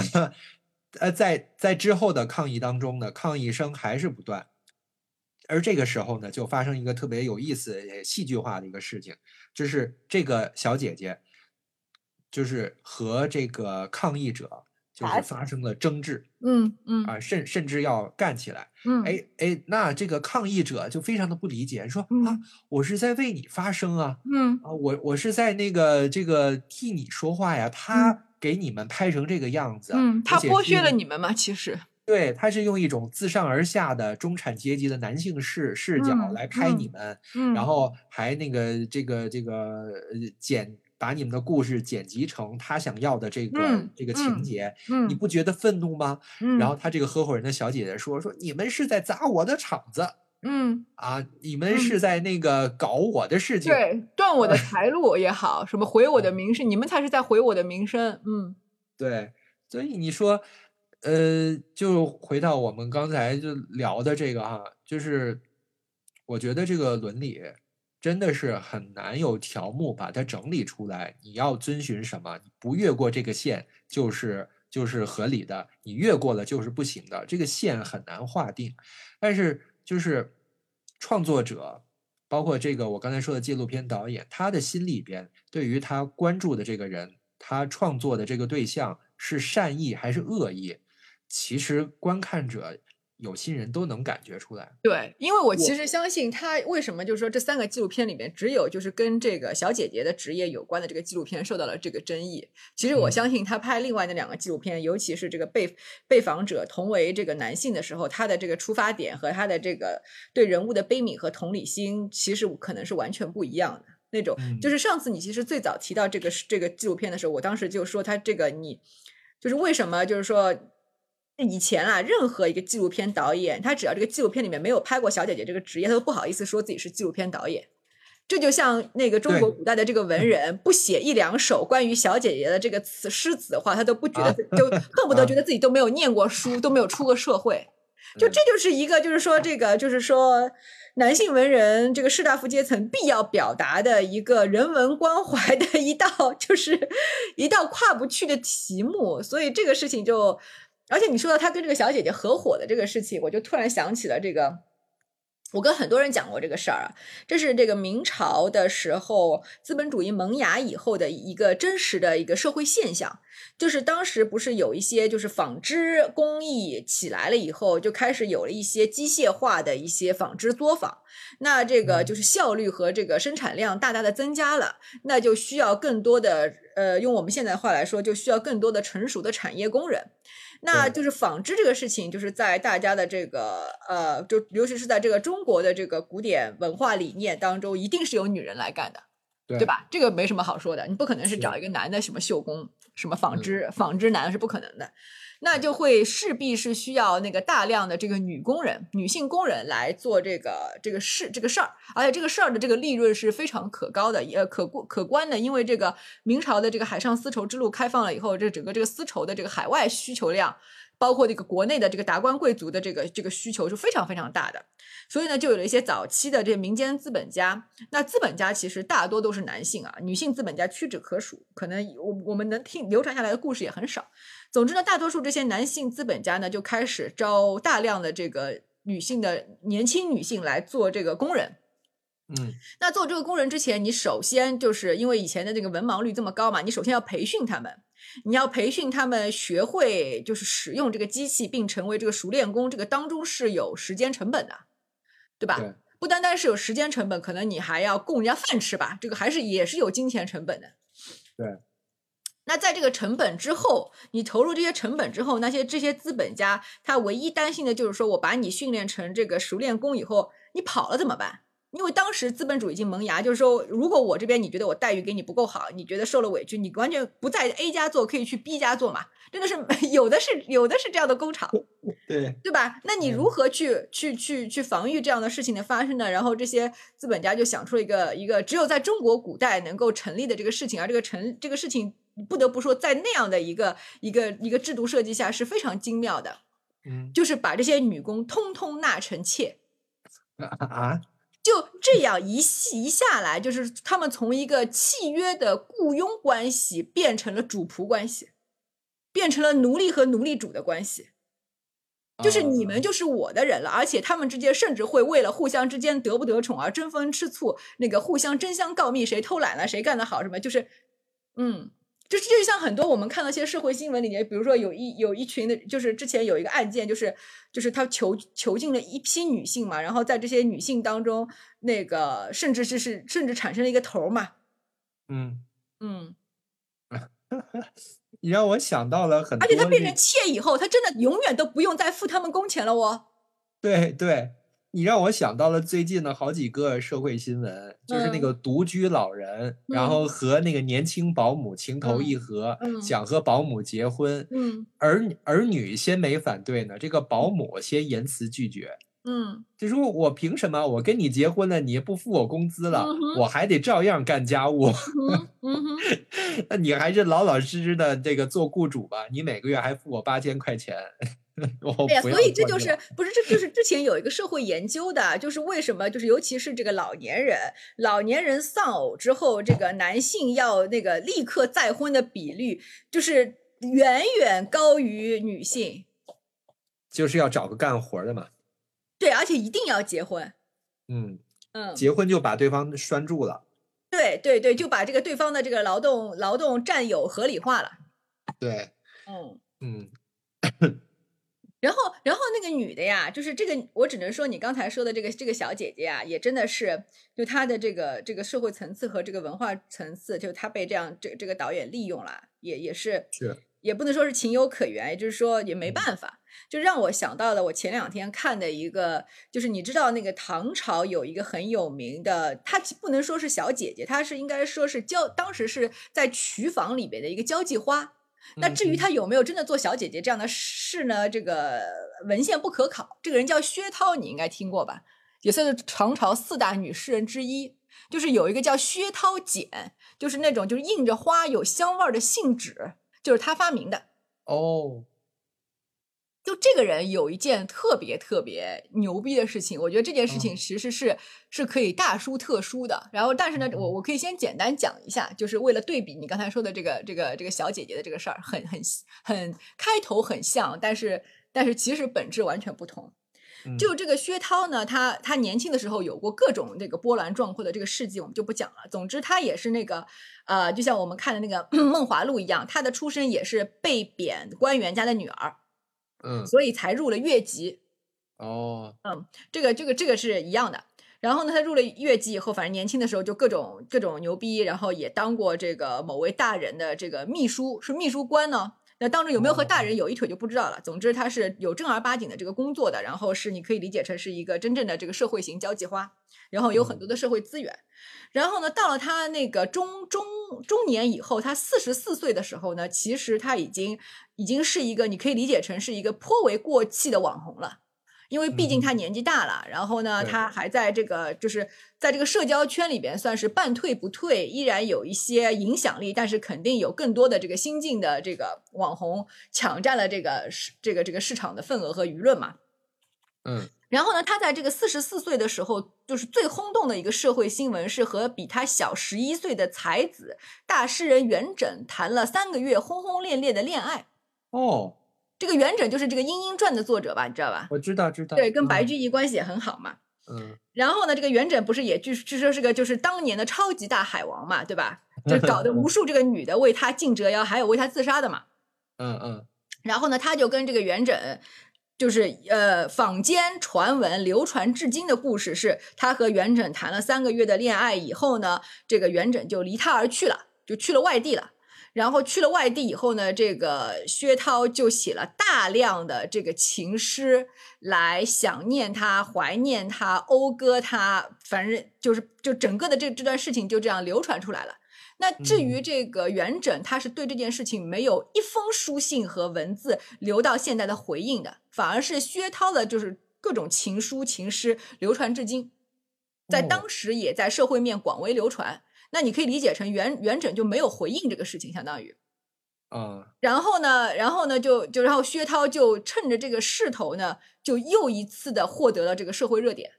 在之后的抗议当中呢，抗议声还是不断。而这个时候呢，就发生一个特别有意思、也戏剧化的一个事情，就是这个小姐姐，就是和这个抗议者就是发生了争执，甚至要干起来。那这个抗议者就非常的不理解，说我是在为你发声啊，我是在这个替你说话呀，他给你们拍成这个样子， 他剥削了你们嘛，其实。 对，他是用一种自上而下的中产阶级的男性视角来拍你们，然后还把你们的故事剪辑成他想要的这个情节，你不觉得愤怒吗？然后他这个合伙人的小姐姐说你们是在砸我的场子，你们是在那个搞我的事情， 对，断我的财路也好，什么毁我的名声，你们才是在毁我的名声。 对，所以你说。就回到我们刚才就聊的这个就是我觉得这个伦理真的是很难有条目把它整理出来。你要遵循什么？你不越过这个线就是合理的，你越过了就是不行的。这个线很难划定。但是就是创作者，包括这个我刚才说的纪录片导演，他的心里边对于他关注的这个人，他创作的这个对象是善意还是恶意？其实观看者有心人都能感觉出来。 对，因为我其实相信他为什么就是说这3个纪录片里面只有就是跟这个小姐姐的职业有关的这个纪录片受到了这个争议。其实我相信他拍另外那2个纪录片，尤其是这个被访者同为这个男性的时候，他的这个出发点和他的这个对人物的悲悯和同理心其实可能是完全不一样的。那种就是上次你其实最早提到这个纪录片的时候，我当时就说他这个你就是为什么就是说以前任何一个纪录片导演，他只要这个纪录片里面没有拍过小姐姐这个职业，他都不好意思说自己是纪录片导演。这就像那个中国古代的这个文人不写1、2首关于小姐姐的这个诗词的话，他都不觉得，就恨不得觉得自己都没有念过书，都没有出过社会。 就这就是一个，就是说这个，就是说男性文人这个士大夫阶层必要表达的一个人文关怀的一道，就是一道跨不去的题目。所以这个事情就，而且你说到他跟这个小姐姐合伙的这个事情，我就突然想起了这个。我跟很多人讲过这个事儿啊，这是这个明朝的时候资本主义萌芽以后的一个真实的一个社会现象，就是当时不是有一些就是纺织工艺起来了以后，就开始有了一些机械化的一些纺织作坊，那这个就是效率和这个生产量大大的增加了，那就需要更多的用我们现在话来说，就需要更多的成熟的产业工人。那就是纺织这个事情，就是在大家的这个就尤其是在这个中国的这个古典文化理念当中，一定是由女人来干的，对吧？这个没什么好说的，你不可能是找一个男的什么绣工、什么纺织男是不可能的。那就会势必是需要那个大量的这个女性工人来做这个事儿，而且这个事儿的这个利润是非常可高的，可观的，因为这个明朝的这个海上丝绸之路开放了以后，这整个这个丝绸的这个海外需求量，包括这个国内的这个达官贵族的这个需求是非常非常大的，所以呢，就有了一些早期的这民间资本家。那资本家其实大多都是男性啊，女性资本家屈指可数，可能我们能流传下来的故事也很少。总之呢，大多数这些男性资本家呢，就开始招大量的这个年轻女性来做这个工人。那做这个工人之前，你首先就是因为以前的这个文盲率这么高嘛，你首先要培训他们，你要培训他们学会就是使用这个机器，并成为这个熟练工，这个当中是有时间成本的，对吧？ 对， 不单单是有时间成本，可能你还要供人家饭吃吧，这个也是有金钱成本的。 对。 那在这个成本之后，你投入这些成本之后，这些资本家他唯一担心的就是说，我把你训练成这个熟练工以后，你跑了怎么办？因为当时资本主义已经萌芽，就是说，如果我这边你觉得我待遇给你不够好，你觉得受了委屈，你完全不在 A 家做，可以去 B 家做嘛？真的是有的是这样的工厂，对吧？那你如何去防御这样的事情的发生呢？然后这些资本家就想出了一个只有在中国古代能够成立的这个事情，而这个事情不得不说，在那样的一个制度设计下是非常精妙的，就是把这些女工通通纳成妾啊。 就这样一下来，就是他们从一个契约的雇佣关系变成了主仆关系，变成了奴隶和奴隶主的关系，就是你们就是我的人了，而且他们之间甚至会为了互相之间得不得宠而争风吃醋，那个互相争相告密，谁偷懒了，谁干得好，什么就是，就像很多我们看到一些社会新闻里面，比如说有一群的，就是之前有一个案件，就是他囚禁了一批女性嘛，然后在这些女性当中，那个甚至产生了一个头嘛。 你让我想到了很多， 而且他变成妾以后，他真的永远都不用再付他们工钱了哦。 对对，你让我想到了最近的好几个社会新闻，就是那个独居老人，然后和那个年轻保姆情投意合，想和保姆结婚，儿女先没反对呢，这个保姆先言辞拒绝，就说我凭什么我跟你结婚了，你也不付我工资了，我还得照样干家务，那你还是老老实实的这个做雇主吧，你每个月还付我8000块钱。 哎呀，所以这就是这就是之前有一个社会研究的，就是为什么就是尤其是这个老年人丧偶之后，这个男性要那个立刻再婚的比率，就是远远高于女性， 就是要找个干活的嘛。 对，而且一定要结婚。 结婚就把对方拴住了。 对对对，就把这个对方的这个劳动占有合理化了。 对， 然后那个女的呀，就是这个，我只能说你刚才说的这个小姐姐呀，也真的是，就她的这个社会层次和这个文化层次，就她被这个导演利用了，也是，也不能说是情有可原，也就是说也没办法，就让我想到了我前2天看的一个，就是你知道那个唐朝有一个很有名的，她不能说是小姐姐，她是应该说是当时是在曲坊里边的一个交际花。那至于她有没有真的做小姐姐这样的事呢？这个文献不可考。这个人叫薛涛，你应该听过吧？也算是唐朝4大女诗人之一。就是有一个叫薛涛剪，就是那种就是印着花有香味的信纸，就是她发明的。 就这个人有一件特别特别牛逼的事情，我觉得这件事情其实是可以大书特书的。然后，但是呢，我可以先简单讲一下，就是为了对比你刚才说的这个小姐姐的这个事儿，很开头很像，但是其实本质完全不同。就这个薛涛呢，他年轻的时候有过各种这个波澜壮阔的这个事迹，我们就不讲了。总之，他也是那个就像我们看的那个《梦华录》一样，他的出身也是被贬官员家的女儿。所以才入了越级。这个是一样的。然后呢，他入了越级以后，反正年轻的时候就各种牛逼，然后也当过这个某位大人的这个秘书，是秘书官呢。那当中有没有和大人有一腿就不知道了。总之他是有正儿八经的这个工作的，然后是你可以理解成是一个真正的这个社会型交际花，然后有很多的社会资源。然后呢，到了他那个中年以后，他44岁的时候呢，其实他已经是一个你可以理解成是一个颇为过气的网红了。因为毕竟他年纪大了，然后呢，他还在这个就是在这个社交圈里边算是半退不退，依然有一些影响力，但是肯定有更多的这个新进的这个网红抢占了这个市场的份额和舆论嘛。然后呢，他在这个44岁的时候，就是最轰动的一个社会新闻是和比他小11岁的才子大诗人元稹谈了3个月轰轰烈烈的恋爱。这个元稹就是这个《莺莺传》的作者吧，你知道吧？ 我知道。 对，跟白居易关系也很好嘛。然后呢，这个元稹不是也据说是个就是当年的超级大海王嘛，对吧？就搞得无数这个女的为他竞折腰，还有为他自杀的嘛。然后呢，他就跟这个元稹，就是坊间传闻流传至今的故事是，他和元稹谈了3个月的恋爱以后呢，这个元稹就离他而去了，就去了外地了。然后去了外地以后呢，这个薛涛就写了大量的这个情诗来想念他、怀念他、讴歌他，反正就整个的这段事情就这样流传出来了。那至于这个元稹，他是对这件事情没有一封书信和文字留到现代的回应的，反而是薛涛的就是各种情书、情诗流传至今，在当时也在社会面广为流传。那你可以理解成元稹就没有回应这个事情，相当于，然后呢，然后薛涛就趁着这个势头呢，就又一次的获得了这个社会热点。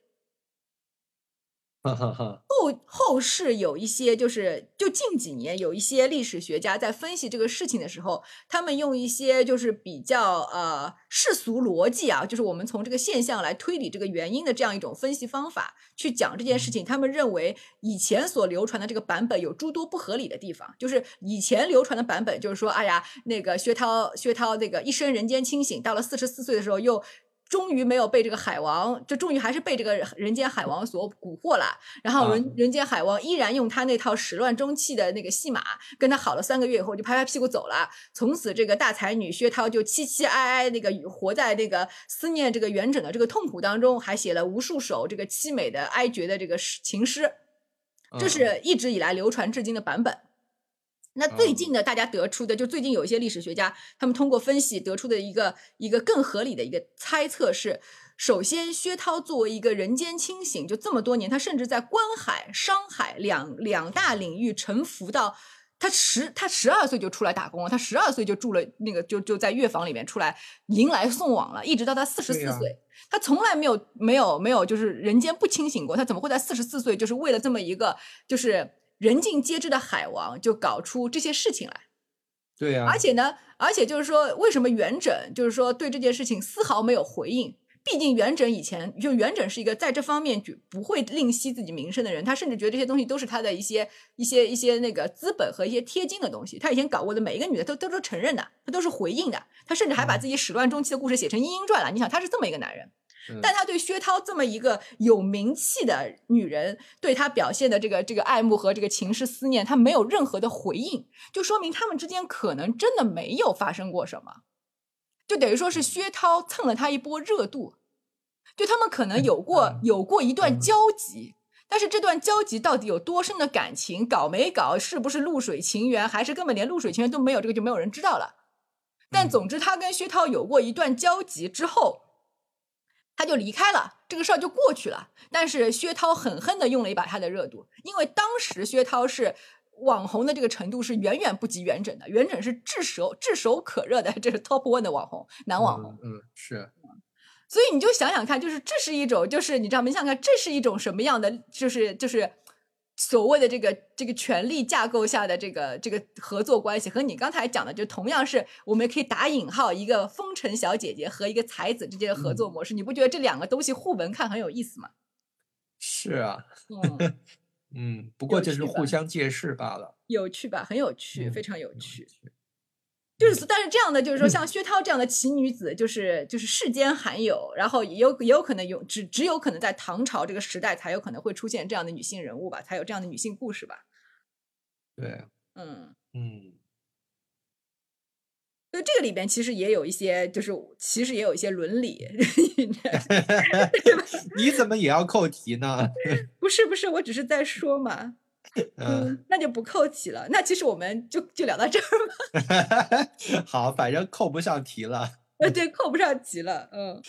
后世有一些就近几年有一些历史学家在分析这个事情的时候，他们用一些就是比较世俗逻辑啊，就是我们从这个现象来推理这个原因的这样一种分析方法去讲这件事情。他们认为以前所流传的这个版本有诸多不合理的地方，就是以前流传的版本就是说，哎呀，那个薛涛那个一生人间清醒，到了44岁的时候又终于没有被这个海王，就终于还是被这个人间海王所蛊惑了。然后人间海王依然用他那套始乱终弃的那个戏码，跟他好了3个月以后就拍拍屁股走了。从此这个大才女薛涛就凄凄哀哀那个活在那个思念这个元稹的这个痛苦当中，还写了无数首这个凄美的哀绝的这个情诗。这是一直以来流传至今的版本。那最近的大家得出的，就最近有一些历史学家他们通过分析得出的一个更合理的一个猜测是，首先薛涛作为一个人间清醒，就这么多年，他甚至在关海、商海两大领域沉浮到他12岁就出来打工了，他12岁就住了那个就在乐坊里面出来迎来送往了，一直到他44岁，他从来没有就是人间不清醒过，他怎么会在44岁就是为了这么一个就是人尽皆知的海王就搞出这些事情来？ 对呀， 而且就是说，为什么元稹就是说对这件事情丝毫没有回应？毕竟元稹以前就元稹是一个在这方面不会吝惜自己名声的人，他甚至觉得这些东西都是他的一些那个资本和一些贴金的东西。他以前搞过的每一个女的都承认的，他都是回应的。他甚至还把自己始乱终弃的故事写成《莺莺传》了。你想，他是这么一个男人。但他对薛涛这么一个有名气的女人对他表现的这个爱慕和这个情诗思念，他没有任何的回应，就说明他们之间可能真的没有发生过什么，就等于说是薛涛蹭了他一波热度，就他们可能有过一段交集，但是这段交集到底有多深的感情，搞没搞，是不是露水情缘，还是根本连露水情缘都没有，这个就没有人知道了。但总之他跟薛涛有过一段交集之后，他就离开了，这个事儿就过去了。但是薛涛狠狠地用了一把他的热度，因为当时薛涛是网红的这个程度是远远不及元稹的，元稹是炙手可热的，这是 top one 的网红，男网红。 是。 所以你就想想看，就是这是一种，就是你知道吗？你想想看，这是一种什么样的，就是所谓的这个权力架构下的这个合作关系，和你刚才讲的，就同样是我们可以打引号一个风尘小姐姐和一个才子之间的合作模式，你不觉得这两个东西互文看很有意思吗？ 是啊，不过就是互相借势罢了， 有趣吧？很有趣，非常有趣。就是，但是这样的，就是说，像薛涛这样的奇女子，就是世间罕有，然后也有可能只有可能在唐朝这个时代才有可能会出现这样的女性人物吧，才有这样的女性故事吧。 对， 所以这个里边其实也有一些，就是其实也有一些伦理。 你怎么也要扣题呢？ 不是，我只是在说嘛。那就不扣题了。那其实我们就聊到这儿吧。 好，反正扣不上题了。 对，扣不上题了。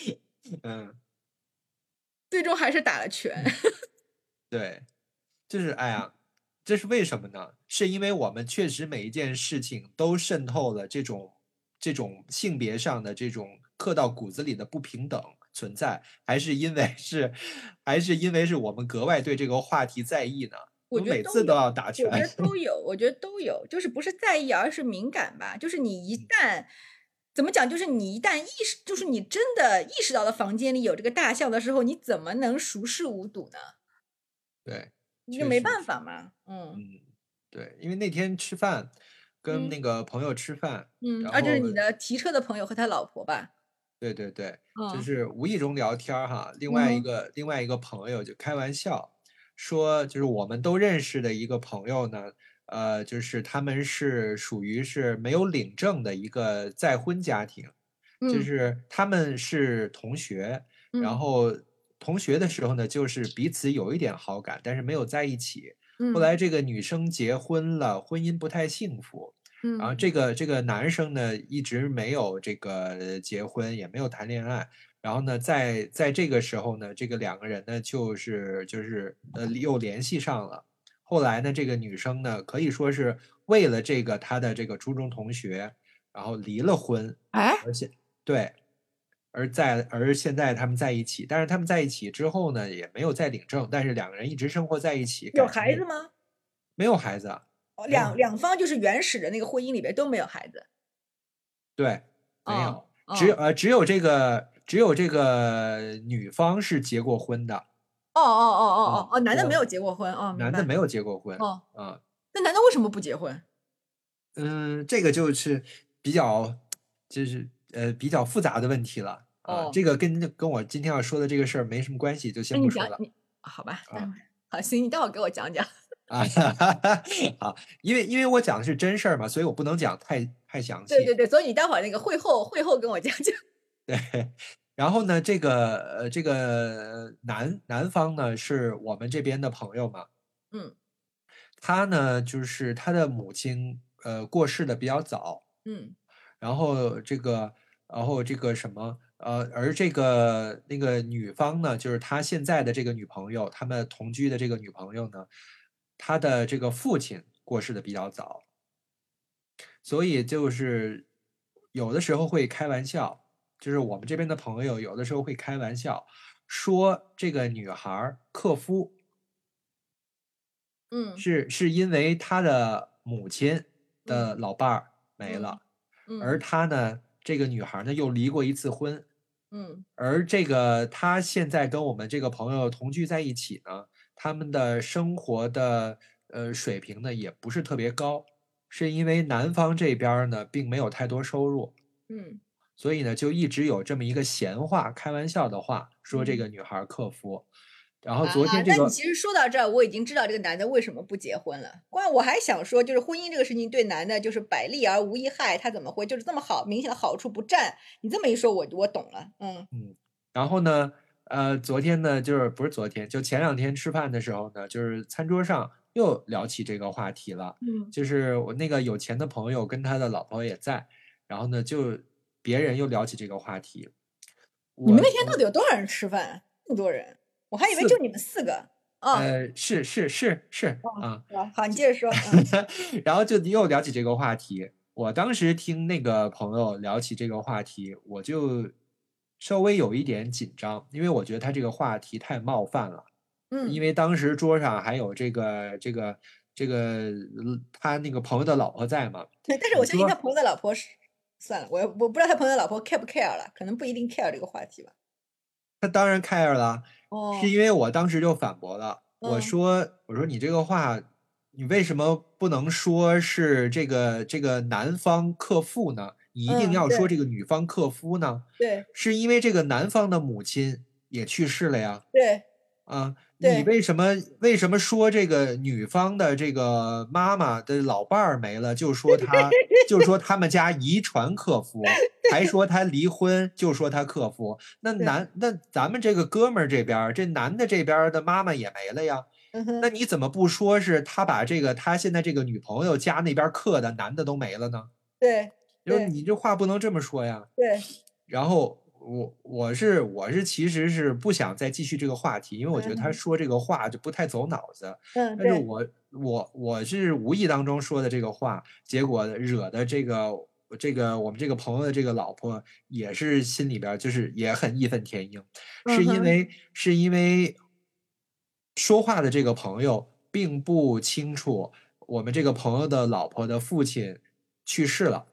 最终还是打了拳。 对，就是哎呀，这是为什么呢？是因为我们确实每一件事情都渗透了这种性别上的这种刻到骨子里的不平等存在，还是因为是我们格外对这个话题在意呢？ 我觉得每次都要打拳。 我觉得都有，就是不是在意，而是敏感吧。就是你一旦怎么讲，就是你一旦就是你真的意识到了房间里有这个大象的时候，你怎么能熟视无睹呢？ 对， 你就没办法嘛。 对，因为那天吃饭，跟那个朋友吃饭，然后就是你的提车的朋友和他老婆吧？ 对，就是无意中聊天哈，另外一个朋友就开玩笑说，就是我们都认识的一个朋友呢，就是他们是属于是没有领证的一个再婚家庭，就是他们是同学，然后同学的时候呢，就是彼此有一点好感，但是没有在一起。后来这个女生结婚了，婚姻不太幸福。然后这个男生呢，一直没有这个结婚，也没有谈恋爱。然后呢，在这个时候呢，这个两个人呢，就是又联系上了。后来呢，这个女生呢，可以说是为了这个她的这个初中同学，然后离了婚。而且对，而现在他们在一起，但是他们在一起之后呢，也没有再领证，但是两个人一直生活在一起。 有孩子吗？ 没有孩子。 两方就是原始的那个婚姻里边都没有孩子。 对，没有，只有这个女方是结过婚的。 男的没有结过婚。 男的没有结过婚。 那男的为什么不结婚？ 这个就是比较比较复杂的问题了啊。这个跟我今天要说的这个事儿没什么关系，就先不说了。 好吧，好，行，你待会儿给我讲讲。 好，因为我讲的是真事儿嘛，所以我不能讲太详细。 对，所以你待会儿那个会后跟我讲讲。 对，然后呢，这个男方呢是我们这边的朋友嘛。他呢就是他的母亲过世的比较早。然后这个什么而这个那个女方呢，就是他现在的这个女朋友，他们同居的这个女朋友呢，他的这个父亲过世的比较早，所以就是有的时候会开玩笑，就是我们这边的朋友有的时候会开玩笑说这个女孩克夫。是因为他的母亲的老伴儿没了。而他呢，这个女孩呢又离过一次婚。而这个他现在跟我们这个朋友同居在一起呢，他们的生活的水平呢也不是特别高，是因为男方这边呢并没有太多收入。所以呢就一直有这么一个闲话，开玩笑的话，说这个女孩克夫。然后昨天这个， 那你其实说到这儿，我已经知道这个男的为什么不结婚了。我还想说，就是婚姻这个事情对男的就是百利而无一害，他怎么会就是这么好明显的好处不占？你这么一说，我懂了。 然后呢，昨天呢，就是不是昨天，就前2天吃饭的时候呢，就是餐桌上又聊起这个话题了。就是我那个有钱的朋友跟他的老婆也在，然后呢，就别人又聊起这个话题。 你们那天到底有多少人吃饭？那么多人，我还以为就你们4个。 是啊。 好，你接着说。 然后就又聊起这个话题，我当时听那个朋友聊起这个话题，我就稍微有一点紧张，因为我觉得他这个话题太冒犯了。因为当时桌上还有这个他那个朋友的老婆在嘛。 对，但是我相信他朋友的老婆算了，我不知道他朋友的老婆 care 不 care 了，可能不一定 care 这个话题吧。 他当然 care 了，是因为我当时就反驳了，我说你这个话，你为什么不能说是这个男方克父呢？你一定要说这个女方克夫呢？ 对， 是因为这个男方的母亲也去世了呀。 对， 你为什么说这个女方的这个妈妈的老伴儿没了，就说他们家遗传克夫，还说他离婚，就说他克夫。那咱们这个哥们儿这边，这男的这边的妈妈也没了呀。那你怎么不说是他把他现在这个女朋友家那边克的男的都没了呢？ 对， 就是你这话不能这么说呀。 对。 然后我其实是不想再继续这个话题，因为我觉得他说这个话就不太走脑子。但是我是无意当中说的这个话，结果惹的这个我们这个朋友的这个老婆也是心里边就是也很义愤填膺，是因为说话的这个朋友并不清楚我们这个朋友的老婆的父亲去世了。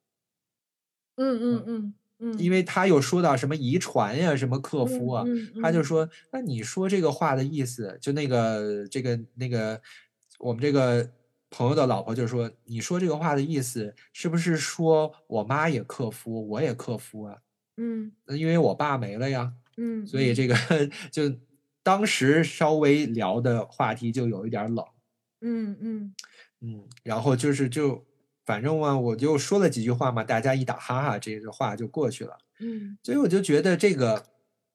因为他又说到什么遗传呀，什么克夫啊，他就说，那你说这个话的意思，就那个我们这个朋友的老婆就说，你说这个话的意思是不是说我妈也克夫，我也克夫啊？因为我爸没了呀。所以这个就当时稍微聊的话题就有一点冷。然后反正嘛，我就说了几句话嘛，大家一打哈哈，这个话就过去了。所以我就觉得这个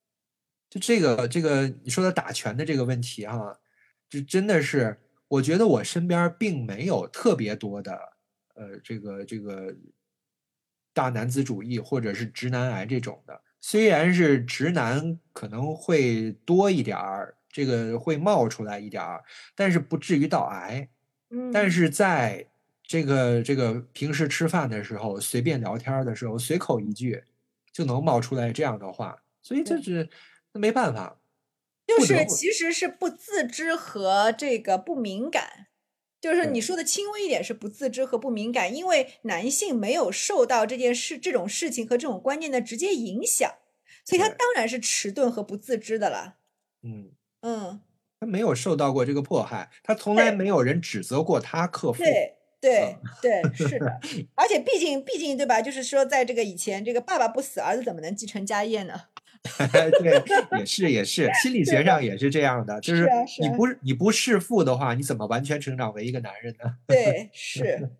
你说的打拳的这个问题哈，就真的是，我觉得我身边并没有特别多的这个大男子主义或者是直男癌这种的。虽然是直男可能会多一点儿，这个会冒出来一点儿，但是不至于到癌。但是在这个平时吃饭的时候，随便聊天的时候，随口一句就能冒出来这样的话，所以那没办法， 就是其实是不自知和这个不敏感，就是你说的轻微一点是不自知和不敏感，因为男性没有受到这种事情和这种观念的直接影响，所以他当然是迟钝和不自知的了。 他没有受到过这个迫害，他从来没有人指责过他克父。 对，是的。而且毕竟对吧？就是说，在这个以前，这个爸爸不死，儿子怎么能继承家业呢？ 对，也是，心理学上也是这样的，就是你不弑父的话，你怎么完全成长为一个男人呢？ 对，是，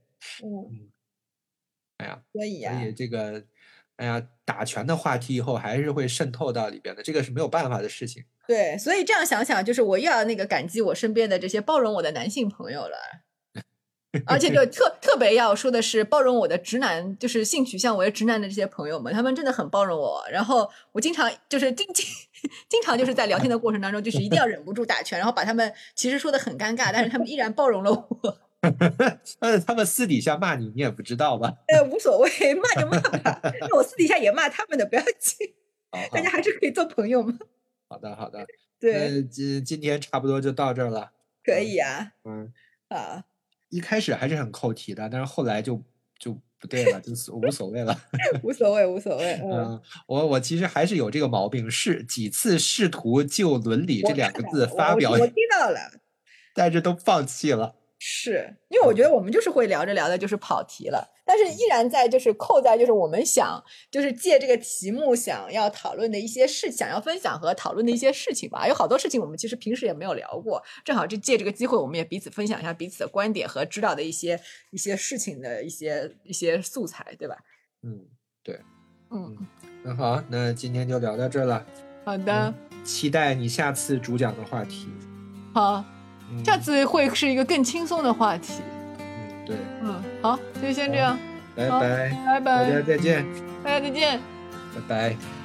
哎呀， 所以这个，哎呀，打拳的话题以后还是会渗透到里边的，这个是没有办法的事情。 对，所以这样想想，就是我又要感激我身边的这些包容我的男性朋友了。而且就特别要说的是，包容我的直男，就是性取向为直男的这些朋友们，他们真的很包容我。然后我经常就是经常就是在聊天的过程当中，就是一定要忍不住打拳，然后把他们其实说的很尴尬，但是他们依然包容了我。 他们私底下骂你，你也不知道吧？ 无所谓，骂就骂吧。那我私底下也骂他们的，不要紧。大家还是可以做朋友嘛。 好的。 对， 今天差不多就到这儿了。 可以啊。 好。一开始还是很扣题的，但是后来就不对了，就无所谓了。 无所谓。 我其实还是有这个毛病，是几次试图就伦理这两个字发表， 我听到了， 但是都放弃了。 是因为我觉得我们就是会聊着聊的就是跑题了，但是依然在就是扣在就是我们想就是借这个题目想要讨论的一些事，想要分享和讨论的一些事情吧。有好多事情我们其实平时也没有聊过，正好就借这个机会，我们也彼此分享一下彼此的观点和知道的一些事情的一些素材，对吧？ 对。那好，那今天就聊到这了。 好的， 期待你下次主讲的话题。 好。下次会是一个更轻松的话题。 对。 好，就先这样。 拜拜， 大家再见。 大家再见。 拜拜。